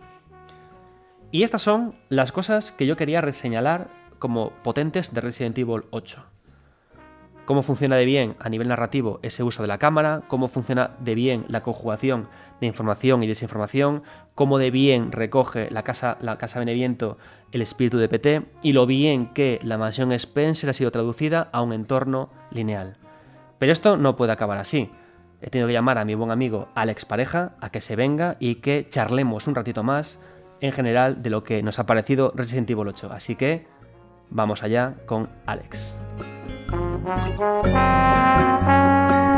Y estas son las cosas que yo quería reseñalar como potentes de Resident Evil ocho. Cómo funciona de bien a nivel narrativo ese uso de la cámara, cómo funciona de bien la conjugación de información y desinformación, cómo de bien recoge la casa, la casa Beneviento el espíritu de P T y lo bien que la mansión Spencer ha sido traducida a un entorno lineal. Pero esto no puede acabar así. He tenido que llamar a mi buen amigo Alex Pareja a que se venga y que charlemos un ratito más en general de lo que nos ha parecido Resident Evil ocho. Así que vamos allá con Alex. Thank you.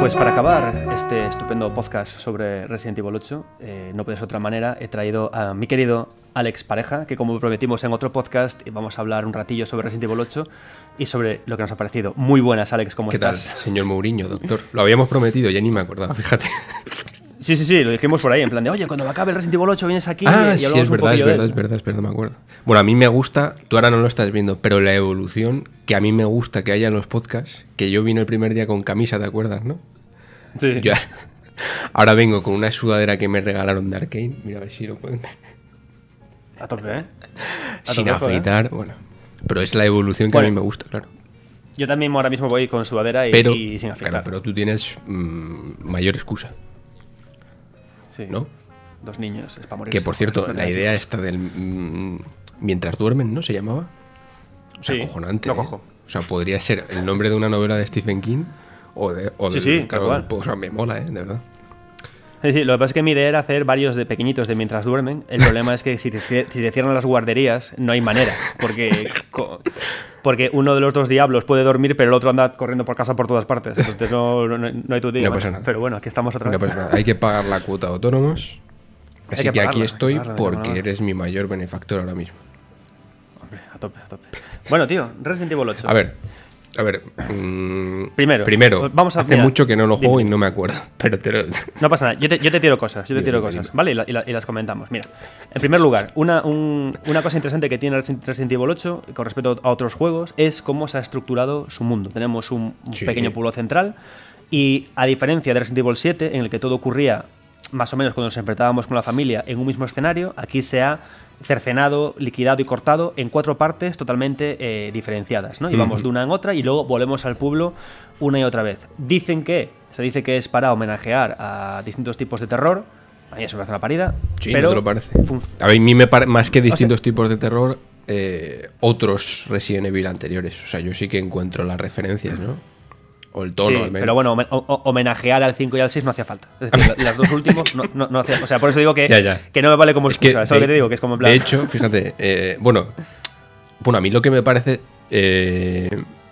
pues para acabar este estupendo podcast sobre Resident Evil ocho, eh, no puede ser de otra manera, he traído a mi querido Alex Pareja, que como prometimos en otro podcast, vamos a hablar un ratillo sobre Resident Evil ocho y sobre lo que nos ha parecido. Muy buenas, Alex, ¿cómo ¿Qué estás? ¿Qué tal, señor Mourinho, doctor? Lo habíamos prometido, ya ni me acordaba, fíjate. Sí, sí, sí, lo dijimos por ahí, en plan de, oye, cuando acabe el Resident Evil ocho vienes aquí ah, y, y sí, hablamos es un verdad, es poquillo verdad, de él. es verdad, es verdad, me acuerdo. Bueno, a mí me gusta, tú ahora no lo estás viendo, pero la evolución que a mí me gusta que haya en los podcasts, que yo vine el primer día con camisa, ¿te acuerdas, no? Sí. Yo ahora vengo con una sudadera que me regalaron de Arkane, mira a ver si lo pueden ver. A tope, ¿eh? A Sin tope, afeitar, ¿eh? bueno. Pero es la evolución que bueno, a mí me gusta, claro. Yo también ahora mismo voy con sudadera y, pero, y sin afeitar. Claro, pero tú tienes mmm, mayor excusa, sí. ¿no? Dos niños, es para morir. Que por cierto, la idea esta del mmm, mientras duermen, ¿no? Se llamaba. O sea, sí, acojonante. lo ¿eh? cojo. O sea, podría ser el nombre de una novela de Stephen King o de. O sí, del, sí, claro, tal cual. O sea, me mola, ¿eh? De verdad. Sí, sí, lo que pasa es que mi idea era hacer varios de pequeñitos de mientras duermen. El problema es que si te, si te cierran las guarderías, no hay manera. Porque, porque uno de los dos diablos puede dormir, pero el otro anda corriendo por casa por todas partes. Entonces no, no, no hay tu día. No pasa nada. Pero bueno, aquí estamos otra vez. No pasa nada. Hay que pagar la cuota de autónomos. Así que, que pagarla, aquí estoy que pagarla, porque que eres mi mayor benefactor ahora mismo. Hombre, a tope, a tope. Bueno, tío, Resident Evil ocho. A ver, a ver. Mmm, primero, primero vamos a, hace mira, mucho que no lo juego dime. y no me acuerdo. Pero te lo... No pasa nada, yo te, yo te tiro cosas, yo te tiro dime, cosas, dime. ¿vale? Y, la, y, la, y las comentamos. Mira, en primer lugar, una, un, una cosa interesante que tiene Resident Evil ocho con respecto a otros juegos es cómo se ha estructurado su mundo. Tenemos un, un sí. pequeño pueblo central y a diferencia de Resident Evil siete, en el que todo ocurría más o menos cuando nos enfrentábamos con la familia en un mismo escenario, aquí se ha cercenado, liquidado y cortado en cuatro partes totalmente eh, diferenciadas, ¿no? Y vamos uh-huh. de una en otra y luego volvemos al pueblo una y otra vez. Dicen que, se dice que es para homenajear a distintos tipos de terror. A mí eso me parece una parida. Sí, pero ¿no te lo parece? A mí me parece, más que distintos o sea, tipos de terror, eh, otros Resident Evil anteriores. O sea, yo sí que encuentro las referencias, ¿no? O el tono, sí, al menos. Pero bueno, o, o, homenajear al cinco y al seis no hacía falta. Es decir, las dos últimos no, no, no hacía. O sea, por eso digo que, ya, ya. que no me vale como excusa. Es que eso es lo que te digo, que es como en plan. De hecho, fíjate, eh, bueno, bueno, a mí lo que me parece eh,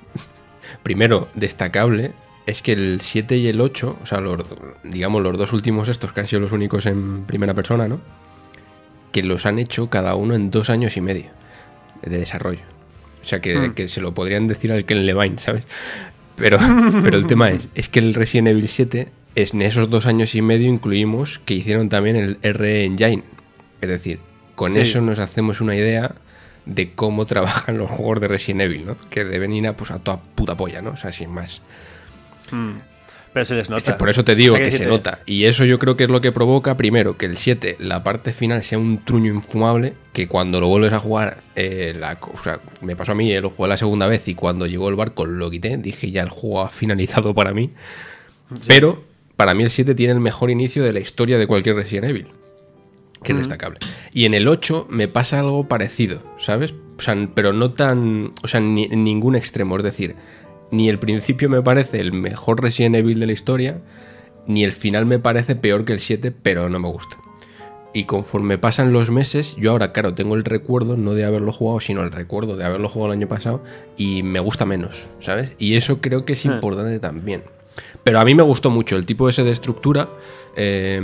primero destacable es que el siete y el ocho, o sea, los, digamos los dos últimos estos que han sido los únicos en primera persona, ¿no? Que los han hecho cada uno en dos años y medio de desarrollo. O sea, que, hmm. que se lo podrían decir al Ken Levine, ¿sabes? Pero, pero el tema es, es que el Resident Evil siete, es, en esos dos años y medio incluimos que hicieron también el R Engine. Es decir, con sí. eso nos hacemos una idea de cómo trabajan los juegos de Resident Evil, ¿no? Que deben ir a, pues, a toda puta polla, ¿no? O sea, sin más. Mm. Pero se les nota. Es que por eso te digo o sea, que, que que se te... nota. Y eso yo creo que es lo que provoca, primero, que el siete, la parte final, sea un truño infumable, que cuando lo vuelves a jugar, eh, la, o sea, me pasó a mí, eh, lo jugué la segunda vez y cuando llegó el barco lo quité, dije ya el juego ha finalizado para mí. Sí. Pero para mí el siete tiene el mejor inicio de la historia de cualquier Resident Evil, que es uh-huh. destacable. Y en el ocho me pasa algo parecido, ¿sabes? O sea, pero no tan... O sea, ni, en ningún extremo, es decir... Ni el principio me parece el mejor Resident Evil de la historia, ni el final me parece peor que el siete, pero no me gusta. Y conforme pasan los meses, yo ahora, claro, tengo el recuerdo, no de haberlo jugado, sino el recuerdo de haberlo jugado el año pasado, y me gusta menos, ¿sabes? Y eso creo que es importante también. Pero a mí me gustó mucho el tipo ese de estructura, eh,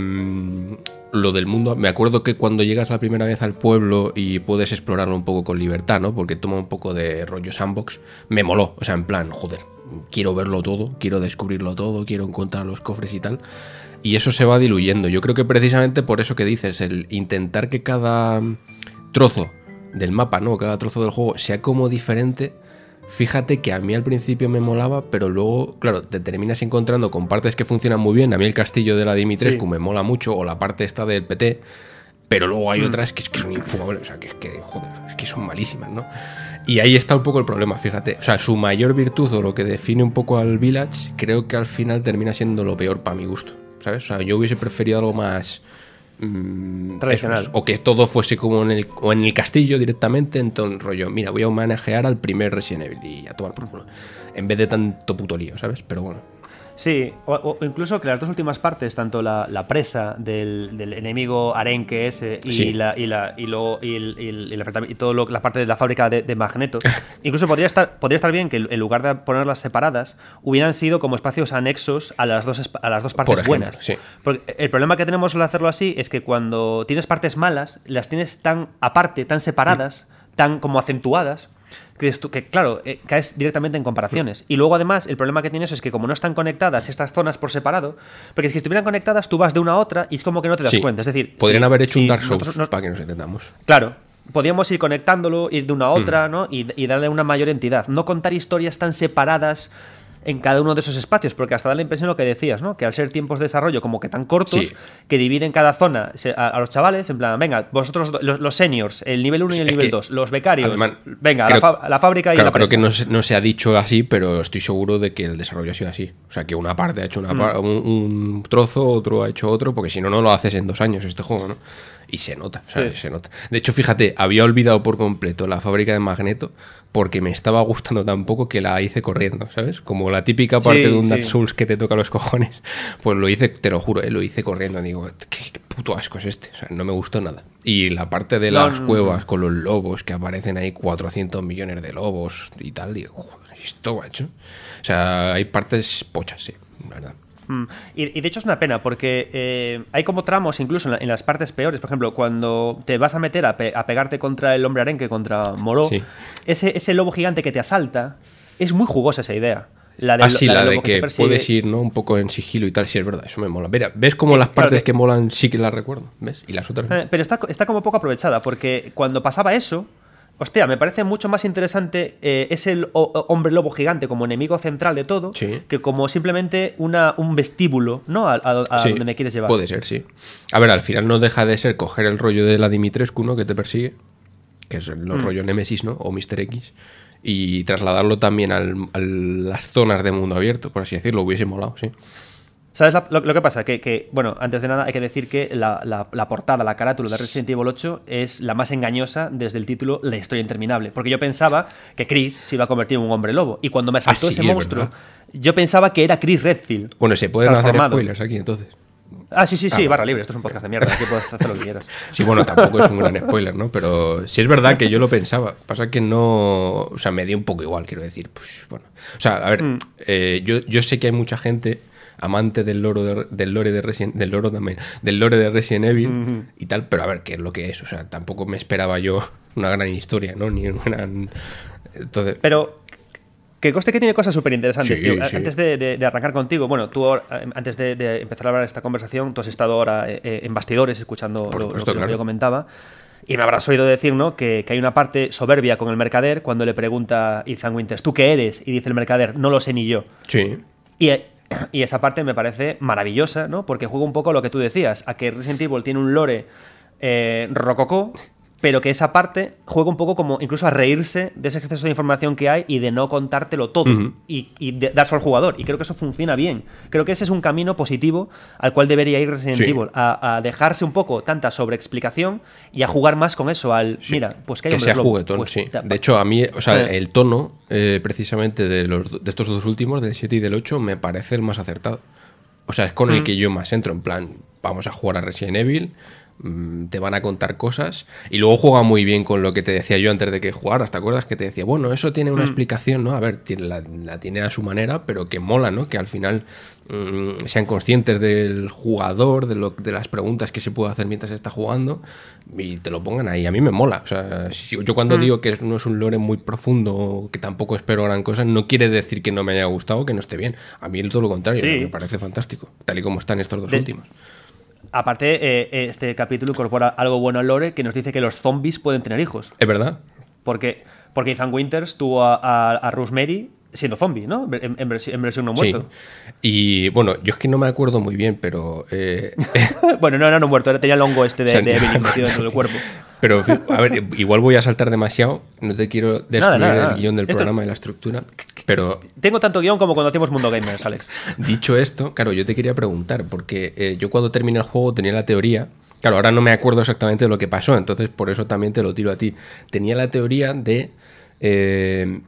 lo del mundo. Me acuerdo que cuando llegas la primera vez al pueblo y puedes explorarlo un poco con libertad, ¿no? Porque toma un poco de rollo sandbox, me moló. O sea, en plan, joder, quiero verlo todo, quiero descubrirlo todo, quiero encontrar los cofres y tal. Y eso se va diluyendo. Yo creo que precisamente por eso que dices, el intentar que cada trozo del mapa, ¿no? Cada trozo del juego sea como diferente. Fíjate que a mí al principio me molaba, pero luego, claro, te terminas encontrando con partes que funcionan muy bien. A mí el castillo de la Dimitrescu sí. me mola mucho, o la parte esta del P T, pero luego hay mm. otras que, es que son infumables, o sea, que es que, joder, es que son malísimas, ¿no? Y ahí está un poco el problema, fíjate. O sea, su mayor virtud, o lo que define un poco al Village, creo que al final termina siendo lo peor para mi gusto, ¿sabes? O sea, yo hubiese preferido algo más... tradicional. Eso, o que todo fuese como en el, o en el castillo directamente, entonces rollo, mira, voy a homenajear al primer Resident Evil y a tomar por culo, en vez de tanto puto lío, ¿sabes? Pero bueno. Sí, o, o incluso que las dos últimas partes, tanto la, la presa del, del enemigo arenque ese y, Sí. la, y, la, y, lo, y, el, y, el, y, el y todo lo, la parte de la fábrica de, de Magneto, incluso podría estar, podría estar bien que en lugar de ponerlas separadas, hubieran sido como espacios anexos a las dos, a las dos partes Por ejemplo, buenas. sí. Porque el problema que tenemos al hacerlo así es que cuando tienes partes malas, las tienes tan aparte, tan separadas, mm. tan como acentuadas, que, que claro, eh, caes directamente en comparaciones. Y luego además el problema que tienes es que como no están conectadas estas zonas por separado, porque si estuvieran conectadas tú vas de una a otra y es como que no te das sí. cuenta. Es decir, podrían si, haber hecho si un Dark Souls nosotros, nos, para que nos entendamos. Claro, podríamos ir conectándolo, ir de una a otra, mm. ¿no? Y, y darle una mayor entidad. No contar historias tan separadas en cada uno de esos espacios, porque hasta da la impresión lo que decías, ¿no? Que al ser tiempos de desarrollo como que tan cortos, sí. que dividen cada zona a, a los chavales, en plan, venga, vosotros los, los seniors, el nivel uno y el es nivel dos, los becarios, además, venga, creo, a, la a la fábrica y claro, la presa. Creo que no se, no se ha dicho así, pero estoy seguro de que el desarrollo ha sido así. O sea, que una parte ha hecho una mm. un, un trozo, otro ha hecho otro, porque si no, no lo haces en dos años este juego, ¿no? Y se nota, o sea, sí. se nota. De hecho, fíjate, había olvidado por completo la fábrica de Magneto porque me estaba gustando tan poco que la hice corriendo, ¿sabes? Como la típica parte sí, de un Dark sí. Souls que te toca los cojones, pues lo hice, te lo juro, ¿eh? Lo hice corriendo. Digo, ¿qué puto asco es este? O sea, no me gustó nada. Y la parte de las no, cuevas no. con los lobos, que aparecen ahí cuatrocientos millones de lobos y tal, digo, joder, esto, macho. O sea, hay partes pochas, sí, la verdad. Y, y de hecho es una pena porque eh, hay como tramos incluso en, la, en las partes peores. Por ejemplo, cuando te vas a meter a, pe a pegarte contra el hombre arenque, contra Moreau, sí. ese, ese lobo gigante que te asalta, es muy jugosa esa idea. La de, ah, sí, la, la de que, que puedes ir, ¿no? Un poco en sigilo y tal, sí, es verdad, eso me mola. Mira, ¿ves cómo las partes claro que, que molan sí que las recuerdo? ¿Ves? Y las otras no. Eh, pero está, está como poco aprovechada porque cuando pasaba eso... Hostia, me parece mucho más interesante eh, ese hombre lobo gigante como enemigo central de todo sí. que como simplemente una, un vestíbulo, ¿no? A, a, a sí, donde me quieres llevar. Puede ser, sí. A ver, al final no deja de ser coger el rollo de la Dimitrescu, ¿no? Que te persigue, que es el mm. rollo Nemesis, ¿no? O míster X, y trasladarlo también al, a las zonas de mundo abierto, por así decirlo, hubiese molado, sí. ¿Sabes la, lo, lo que pasa? Que, que, bueno, antes de nada hay que decir que la, la, la portada, la carátula de Resident Evil ocho es la más engañosa desde el título La historia interminable. Porque yo pensaba que Chris se iba a convertir en un hombre lobo. Y cuando me saltó ah, sí, ese monstruo, verdad. Yo pensaba que era Chris Redfield. Bueno, se pueden hacer spoilers aquí entonces. Ah, sí, sí, sí, ah, barra libre. Esto es un podcast de mierda. Aquí puedes hacer lo que quieras. Sí, bueno, tampoco es un gran spoiler, ¿no? Pero sí es verdad que yo lo pensaba. Pasa que no... O sea, me dio un poco igual, quiero decir. Pues bueno. O sea, a ver, mm. eh, yo, yo sé que hay mucha gente... amante del lore de, del lore de Resident del lore también del lore de Resident Evil uh-huh. y tal, pero a ver qué es lo que es, o sea, tampoco me esperaba yo una gran historia, ¿no? Ni una gran... Entonces... Pero que conste que tiene cosas súper interesantes, sí, tío. Sí. Antes de, de, de arrancar contigo, bueno, tú ahora, antes de, de empezar a hablar de esta conversación, tú has estado ahora eh, en bastidores escuchando Por lo, supuesto, lo que claro. yo comentaba. Y me habrás oído decir, ¿no? Que, que hay una parte soberbia con el mercader cuando le pregunta Ethan Winters, ¿tú qué eres? Y dice el mercader, no lo sé ni yo. Sí. Y... Y esa parte me parece maravillosa, ¿no? Porque juega un poco lo que tú decías, a que Resident Evil tiene un lore eh, rococó, pero que esa parte juega un poco como incluso a reírse de ese exceso de información que hay y de no contártelo todo uh-huh. y, y de, dárselo al jugador. Y creo que eso funciona bien. Creo que ese es un camino positivo al cual debería ir Resident sí. Evil, a, a dejarse un poco tanta sobreexplicación y a jugar más con eso, al, sí. mira, pues que hay que sea lobo, juguetón, pues, sí. De hecho, a mí, o sea, sí. el tono eh, precisamente de, los, de estos dos últimos, del siete y del ocho, me parece el más acertado. O sea, es con mm. el que yo más entro, en plan, vamos a jugar a Resident Evil, te van a contar cosas y luego juega muy bien con lo que te decía yo antes de que jugaras, ¿te acuerdas? Que te decía, bueno, eso tiene una mm. explicación, ¿no? A ver, tiene, la, la tiene a su manera, pero que mola, ¿no? Que al final mmm, sean conscientes del jugador, de, lo, de las preguntas que se puede hacer mientras está jugando y te lo pongan ahí. A mí me mola. O sea, si, yo cuando mm. digo que no es un lore muy profundo, que tampoco espero gran cosa, no quiere decir que no me haya gustado, que no esté bien. A mí todo lo contrario, sí. me parece fantástico, tal y como están estos dos de últimos. Aparte, eh, este capítulo incorpora algo bueno al lore que nos dice que los zombies pueden tener hijos. ¿Es verdad? Porque, porque Ethan Winters tuvo a, a, a Rosemary siendo zombie, ¿no? En, en, versión, en versión no muerto. Sí. Y bueno, yo es que no me acuerdo muy bien, pero... Eh... bueno, no era no muerto, tenía el hongo este de, o sea, de Evelyn metido dentro del cuerpo. Pero, a ver, igual voy a saltar demasiado, no te quiero destruir nada, nada, nada. el guión del esto... programa y la estructura, pero... Tengo tanto guión como cuando hacíamos Mundo Gamers, Alex. Dicho esto, claro, yo te quería preguntar, porque eh, yo cuando terminé el juego tenía la teoría... Claro, ahora no me acuerdo exactamente de lo que pasó, entonces por eso también te lo tiro a ti. Tenía la teoría de... Eh,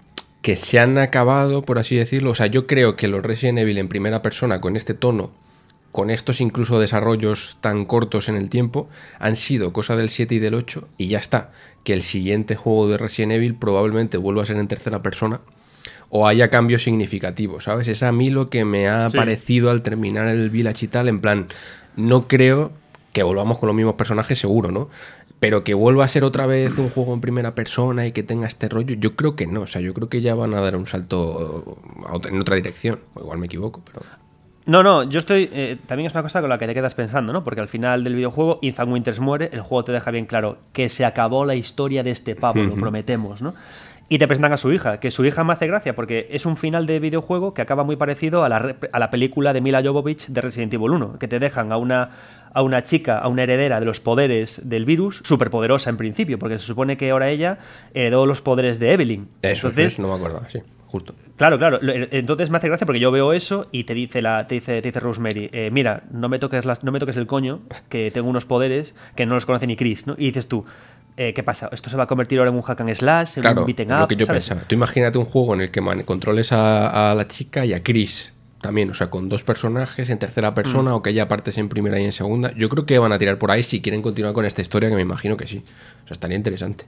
que se han acabado, por así decirlo. O sea, yo creo que los Resident Evil en primera persona, con este tono, con estos incluso desarrollos tan cortos en el tiempo, han sido cosa del siete y del ocho, y ya está. Que el siguiente juego de Resident Evil probablemente vuelva a ser en tercera persona o haya cambios significativos, ¿sabes? Es a mí lo que me ha sí. parecido al terminar el Village y tal, en plan, no creo que volvamos con los mismos personajes, seguro, ¿no? Pero que vuelva a ser otra vez un juego en primera persona y que tenga este rollo, yo creo que no. O sea, yo creo que ya van a dar un salto a otra, en otra dirección. O igual me equivoco, pero... No, no, yo estoy... Eh, también es una cosa con la que te quedas pensando, ¿no? Porque al final del videojuego, Ethan Winters muere, el juego te deja bien claro que se acabó la historia de este pavo, uh-huh. lo prometemos, ¿no? Y te presentan a su hija, que su hija me hace gracia porque es un final de videojuego que acaba muy parecido a la, a la película de Mila Jovovich de Resident Evil uno, que te dejan a una, a una chica, a una heredera de los poderes del virus, superpoderosa en principio, porque se supone que ahora ella heredó los poderes de Evelyn. Eso, Entonces, eso no me acuerdo, sí. Justo. Claro, claro. Entonces me hace gracia porque yo veo eso y te dice la, te dice, te dice Rosemary, eh, mira, no me toques las, no me toques el coño, que tengo unos poderes que no los conoce ni Chris, ¿no? Y dices tú, eh, ¿qué pasa? ¿Esto se va a convertir ahora en un hack and slash, en claro, un beaten up? Claro, lo que yo ¿sabes? pensaba. Tú imagínate un juego en el que man, controles a, a la chica y a Chris también, o sea, con dos personajes en tercera persona mm. o que haya partes en primera y en segunda. Yo creo que van a tirar por ahí si quieren continuar con esta historia, que me imagino que sí. O sea, estaría interesante.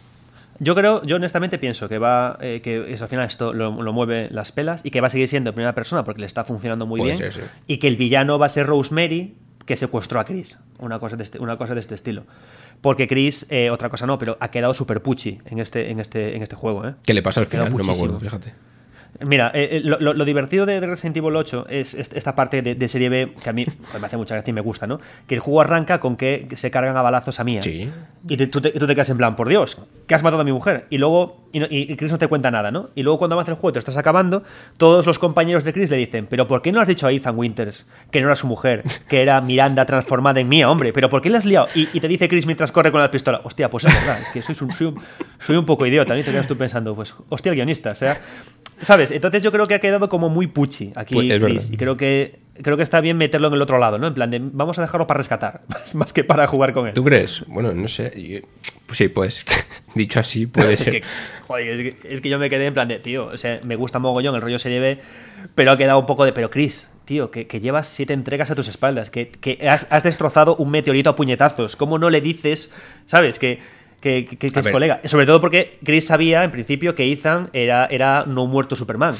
Yo creo, yo honestamente pienso que va, eh, que al final esto lo, lo mueve las pelas y que va a seguir siendo en primera persona porque le está funcionando muy Puede bien ser, sí. y que el villano va a ser Rosemary, que secuestró a Chris, una cosa de este, una cosa de este estilo. Porque Chris, eh, otra cosa no, pero ha quedado súper puchi en este, en este, en este juego, ¿eh? ¿Qué le pasa al final? No me acuerdo, fíjate. Mira, eh, lo, lo, lo divertido de Resident Evil ocho es esta parte de, de serie B que a mí pues, me hace mucha gracia y me gusta, ¿no? Que el juego arranca con que se cargan a balazos a Mia. Sí. Y te, tú, te, tú te quedas en plan, por Dios, que has matado a mi mujer. Y luego, y, no, y Chris no te cuenta nada, ¿no? Y luego cuando avanza el juego, te estás acabando, todos los compañeros de Chris le dicen, pero ¿por qué no has dicho a Ethan Winters que no era su mujer, que era Miranda transformada en Mia, hombre? ¿Pero por qué le has liado? Y, y te dice Chris mientras corre con la pistola, hostia, pues es verdad, es que soy un, soy un, soy un poco idiota, ¿no? Y te quedas tú pensando, pues, hostia, el guionista, o sea... ¿Sabes? Entonces yo creo que ha quedado como muy puchi aquí, pues Chris, y creo que creo que está bien meterlo en el otro lado, ¿no? En plan de, vamos a dejarlo para rescatar, más, más que para jugar con él. ¿Tú crees? Bueno, no sé. Yo, pues sí, pues, dicho así, puede ser. es, que, joder, es, que, es que yo me quedé en plan de, tío, o sea, me gusta mogollón el rollo serie B, pero ha quedado un poco de, pero Chris, tío, que, que llevas siete entregas a tus espaldas, que, que has, has destrozado un meteorito a puñetazos, ¿cómo no le dices, sabes, que... que, que, que es ver. colega? Sobre todo porque Chris sabía, en principio, que Ethan era, era no muerto Superman.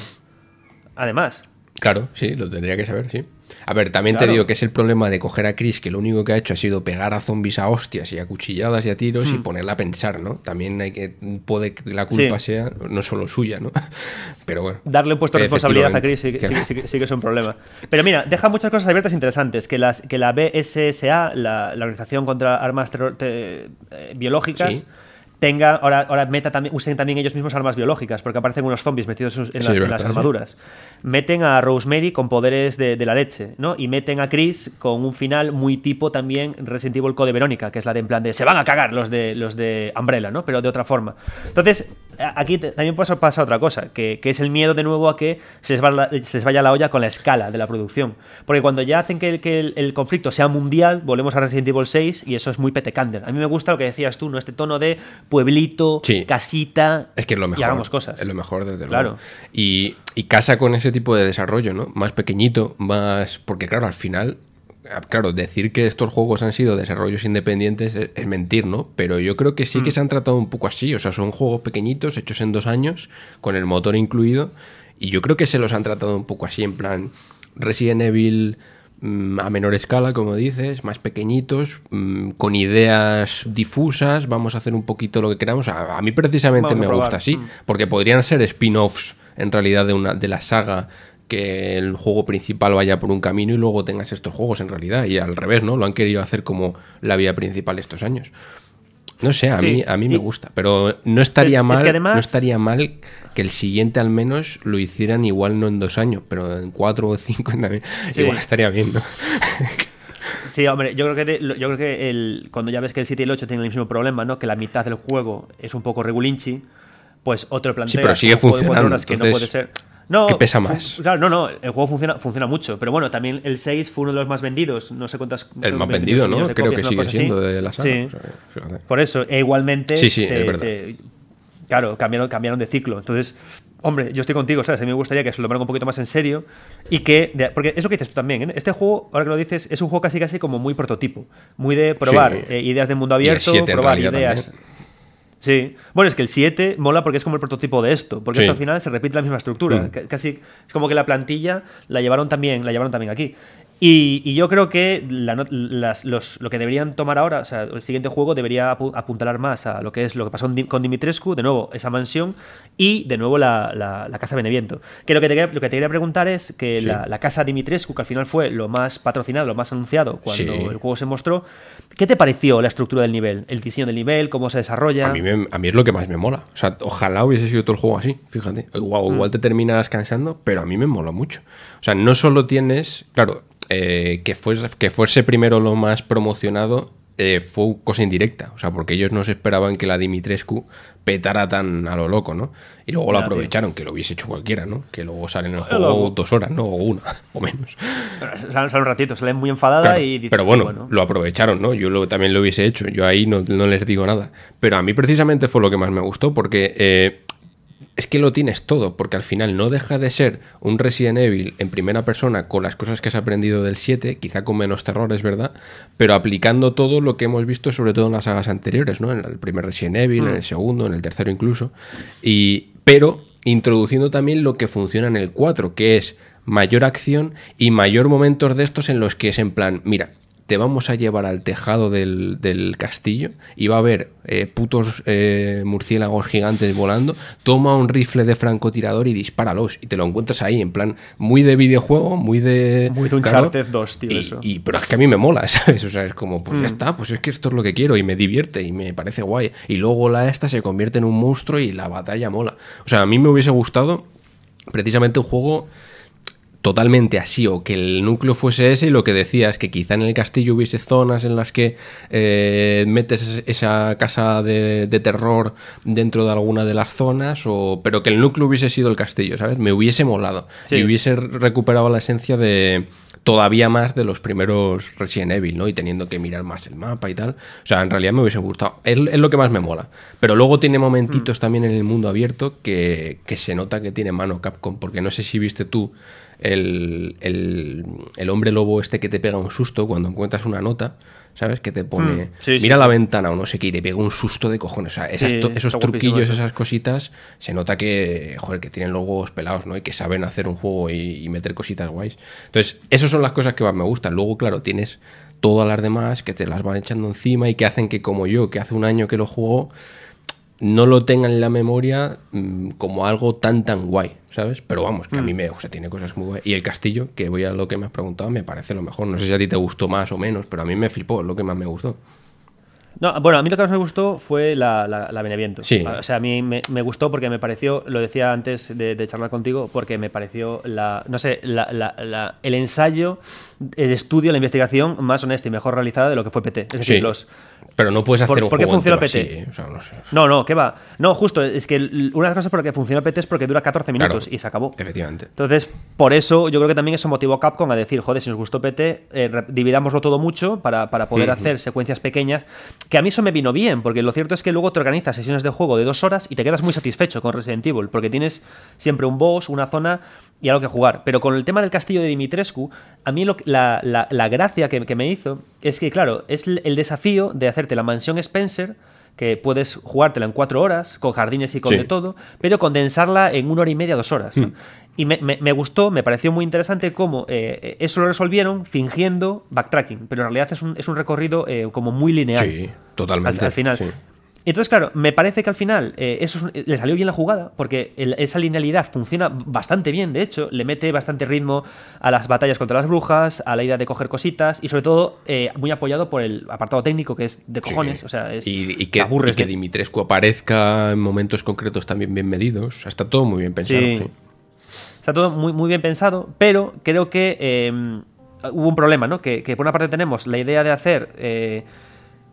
Además. Claro, sí, lo tendría que saber, sí. A ver, también claro. te digo que es el problema de coger a Chris, que lo único que ha hecho ha sido pegar a zombies a hostias y a cuchilladas y a tiros hmm. y ponerla a pensar, ¿no? También hay que puede que la culpa sí. sea no solo suya, ¿no? Pero bueno. Darle un puesto de responsabilidad a Chris sí, sí, sí, sí que es un problema. Pero mira, deja muchas cosas abiertas interesantes. Que, las, que la B S S A, la, la Organización contra Armas terror, te, eh, Biológicas... ¿Sí? tenga, ahora, ahora meta también, usen también ellos mismos armas biológicas, porque aparecen unos zombies metidos en, sí, las, verdad, en las armaduras. Sí. Meten a Rosemary con poderes de, de la leche, ¿no? Y meten a Chris con un final muy tipo también Resident Evil Code Verónica, que es la de en plan de se van a cagar los de los de Umbrella, ¿no? Pero de otra forma. Entonces, aquí te, también pasa, pasa otra cosa, que, que es el miedo de nuevo a que se les, va, se les vaya la olla con la escala de la producción. Porque cuando ya hacen que, que el, el conflicto sea mundial, volvemos a Resident Evil seis y eso es muy petecander. A mí me gusta lo que decías tú, ¿no? Este tono de pueblito, sí. casita, es que es lo mejor, y hagamos cosas. Es lo mejor, desde claro. luego. Y, y casa con ese tipo de desarrollo, ¿no? Más pequeñito, más... Porque claro, al final... Claro, decir que estos juegos han sido desarrollos independientes es, es mentir, ¿no? Pero yo creo que sí que mm. se han tratado un poco así. O sea, son juegos pequeñitos, hechos en dos años, con el motor incluido. Y yo creo que se los han tratado un poco así, en plan Resident Evil mmm, a menor escala, como dices, más pequeñitos, mmm, con ideas difusas. Vamos a hacer un poquito lo que queramos. A, a mí precisamente me gusta así, mm. porque podrían ser spin-offs, en realidad, de, una, de la saga, que el juego principal vaya por un camino y luego tengas estos juegos en realidad, y al revés, ¿no? Lo han querido hacer como la vía principal estos años. No sé, a sí, mí a mí me gusta, pero no estaría es, mal, es que además... no estaría mal que el siguiente al menos lo hicieran igual no en dos años, pero en cuatro o cinco también, sí. igual estaría bien, ¿no? Sí, hombre, yo creo que, de, yo creo que el, cuando ya ves que el siete y el ocho tienen el mismo problema, ¿no? Que la mitad del juego es un poco regulinchi, pues otro planteo. Sí, pero sigue funcionando, que no puede ser. No, ¿qué pesa más? Claro, no, no, el juego funciona, funciona mucho, pero bueno, también el seis fue uno de los más vendidos, no sé cuántas... El más vendido, ¿no? Creo copias, que sigue siendo así. De la saga. Sí. O sea, por eso, e igualmente... Sí, sí, se, es verdad. Se, claro, cambiaron, cambiaron de ciclo, entonces Hombre, yo estoy contigo, ¿sabes? A mí me gustaría que se lo tomaran un poquito más en serio y que... De, porque es lo que dices tú también, ¿eh? Este juego, ahora que lo dices, es un juego casi casi como muy prototipo. Muy de probar sí. eh, ideas de mundo abierto, probar ideas... También. Sí. Bueno, es que el siete mola porque es como el prototipo de esto, porque sí. esto al final se repite la misma estructura. Mm. Casi es como que la plantilla la llevaron también, la llevaron también aquí. Y, y yo creo que la, las, los, lo que deberían tomar ahora, o sea, el siguiente juego debería apuntalar más a lo que es lo que pasó con Dimitrescu, de nuevo, esa mansión, y de nuevo la, la, la Casa Beneviento. Que lo que te, lo que te quería preguntar es que sí. la, la Casa Dimitrescu, que al final fue lo más patrocinado, lo más anunciado cuando sí. el juego se mostró, ¿qué te pareció la estructura del nivel? El diseño del nivel, cómo se desarrolla. A mí, me, a mí es lo que más me mola. O sea, ojalá hubiese sido todo el juego así, fíjate. Igual, mm. igual te terminas cansando, pero a mí me mola mucho. O sea, no solo tienes... Claro, Eh, que, fuese, que fuese primero lo más promocionado eh, fue cosa indirecta, o sea, porque ellos no se esperaban que la Dimitrescu petara tan a lo loco, ¿no? Y luego ya, lo aprovecharon, tío. Que lo hubiese hecho cualquiera, ¿no? Que luego sale en el juego luego. dos horas, ¿no? O una, o menos. Sale, sale un ratito, sale muy enfadada claro, y... Dice, pero bueno, bueno, lo aprovecharon, ¿no? Yo lo, también lo hubiese hecho, yo ahí no, no les digo nada. Pero a mí precisamente fue lo que más me gustó, porque... Eh, es que lo tienes todo, porque al final no deja de ser un Resident Evil en primera persona con las cosas que has aprendido del siete, quizá con menos terror, es verdad, pero aplicando todo lo que hemos visto, sobre todo en las sagas anteriores, ¿no? En el primer Resident Evil, mm. en el segundo, en el tercero incluso, y pero introduciendo también lo que funciona en el cuatro, que es mayor acción y mayor momentos de estos en los que es en plan, mira, te vamos a llevar al tejado del, del castillo y va a haber eh, putos eh, murciélagos gigantes volando, toma un rifle de francotirador y dispáralos y te lo encuentras ahí en plan muy de videojuego, muy de... Muy de Uncharted dos, tío, y, eso. Y, pero es que a mí me mola, ¿sabes? O sea, es como, pues mm. ya está, pues es que esto es lo que quiero y me divierte y me parece guay. Y luego la esta se convierte en un monstruo y la batalla mola. O sea, a mí me hubiese gustado precisamente un juego... totalmente así, o que el núcleo fuese ese y lo que decías, que quizá en el castillo hubiese zonas en las que eh, metes esa casa de, de terror dentro de alguna de las zonas, o pero que el núcleo hubiese sido el castillo, ¿sabes? Me hubiese molado sí. y hubiese recuperado la esencia de todavía más de los primeros Resident Evil, ¿no? Y teniendo que mirar más el mapa y tal. O sea, en realidad me hubiese gustado. Es, es lo que más me mola. Pero luego tiene momentitos mm. también en el mundo abierto que, que se nota que tiene mano Capcom, porque no sé si viste tú El, el, el hombre lobo este que te pega un susto cuando encuentras una nota, ¿sabes? Que te pone, mm, sí, mira sí, la sí. ventana o no sé qué, y te pega un susto de cojones. O sea, esas sí, to, esos truquillos, eso. esas cositas, se nota que, joder, que tienen los huevos pelados, ¿no? Y que saben hacer un juego y, y meter cositas guays. Entonces, esas son las cosas que más me gustan. Luego, claro, tienes todas las demás que te las van echando encima y que hacen que, como yo, que hace un año que lo juego, no lo tengan en la memoria mmm, como algo tan tan guay, ¿sabes? Pero vamos, que mm. a mí me, o sea, tiene cosas muy guay. Y el castillo, que voy a lo que me has preguntado, me parece lo mejor. No sé si a ti te gustó más o menos, pero a mí me flipó, es lo que más me gustó. No, bueno, a mí lo que más me gustó fue la, la, la Beneviento. Sí. O sea, a mí me, me gustó porque me pareció, lo decía antes de, de charlar contigo, porque me pareció la, no sé, la, la, la, el ensayo, el estudio, la investigación más honesta y mejor realizada de lo que fue P T. Es decir, sí. los... Pero no puedes hacer ¿Por, un ¿por juego qué funciona P T? T? O sea, no sé. No, no, ¿qué va? No, justo, es que una de las cosas por las que funciona P T es porque dura catorce minutos claro, y se acabó. Efectivamente. Entonces, por eso yo creo que también eso motivó a Capcom a decir, joder, si nos gustó P T, eh, dividámoslo todo mucho para, para poder uh-huh. hacer secuencias pequeñas, que a mí eso me vino bien, porque lo cierto es que luego te organizas sesiones de juego de dos horas y te quedas muy satisfecho con Resident Evil, porque tienes siempre un boss, una zona y algo que jugar. Pero con el tema del castillo de Dimitrescu, a mí lo, la, la, la gracia que, que me hizo es que, claro, es el desafío de hacerte la mansión Spencer, que puedes jugártela en cuatro horas, con jardines y con sí. de todo, pero condensarla en una hora y media, dos horas. ¿no? Mm. Y me, me, me gustó, me pareció muy interesante cómo eh, eso lo resolvieron fingiendo backtracking, pero en realidad es un, es un recorrido eh, como muy lineal. Sí, totalmente. Al, al final. Sí. Entonces, claro, me parece que al final eh, eso es, le salió bien la jugada, porque el, esa linealidad funciona bastante bien, de hecho, le mete bastante ritmo a las batallas contra las brujas, a la idea de coger cositas, y sobre todo eh, muy apoyado por el apartado técnico, que es de cojones. Sí. O sea, es, y, y que, y que Dimitrescu aparezca en momentos concretos también bien medidos. O sea, está todo muy bien pensado. Sí. Sí. Está todo muy, muy bien pensado, pero creo que eh, hubo un problema, ¿no? Que, que por una parte tenemos la idea de hacer... Eh,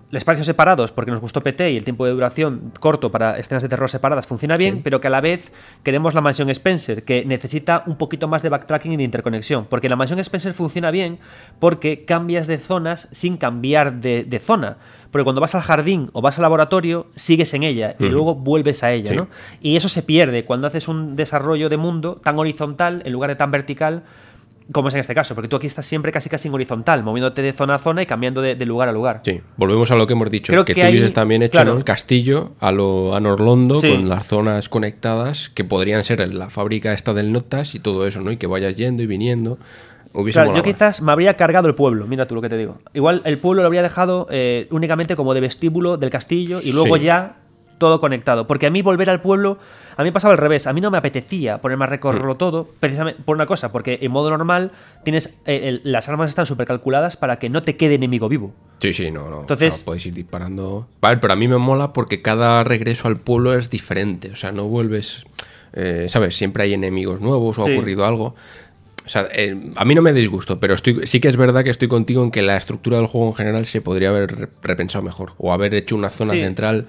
espacios separados porque nos gustó P T y el tiempo de duración corto para escenas de terror separadas funciona bien, sí. pero que a la vez queremos la mansión Spencer, que necesita un poquito más de backtracking y de interconexión, porque la mansión Spencer funciona bien porque cambias de zonas sin cambiar de, de zona. Porque cuando vas al jardín o vas al laboratorio, sigues en ella y mm. luego vuelves a ella, sí. ¿no? Y eso se pierde cuando haces un desarrollo de mundo tan horizontal en lugar de tan vertical como es en este caso, porque tú aquí estás siempre casi casi en horizontal, moviéndote de zona a zona y cambiando de, de lugar a lugar. Sí, volvemos a lo que hemos dicho, Creo que, que tú hay, dices también hecho, claro. ¿no? El castillo a lo Anor Londo, sí. con las zonas conectadas que podrían ser la fábrica esta del Notas y todo eso, ¿no? Y que vayas yendo y viniendo. Claro, yo quizás me habría cargado el pueblo, mira tú lo que te digo. Igual el pueblo lo habría dejado eh, únicamente como de vestíbulo del castillo y luego sí. ya todo conectado. Porque a mí volver al pueblo, a mí pasaba al revés. A mí no me apetecía ponerme a recorrerlo mm. todo, precisamente por una cosa, porque en modo normal tienes eh, el, las armas están súper calculadas para que no te quede enemigo vivo. Sí, sí, no, no. Entonces, o sea, podéis ir disparando. Vale, pero a mí me mola porque cada regreso al pueblo es diferente. O sea, no vuelves, eh, ¿sabes? Siempre hay enemigos nuevos o ha sí. ocurrido algo. O sea, eh, a mí no me disgusto, pero estoy, sí que es verdad que estoy contigo en que la estructura del juego en general se podría haber repensado mejor. O haber hecho una zona sí. central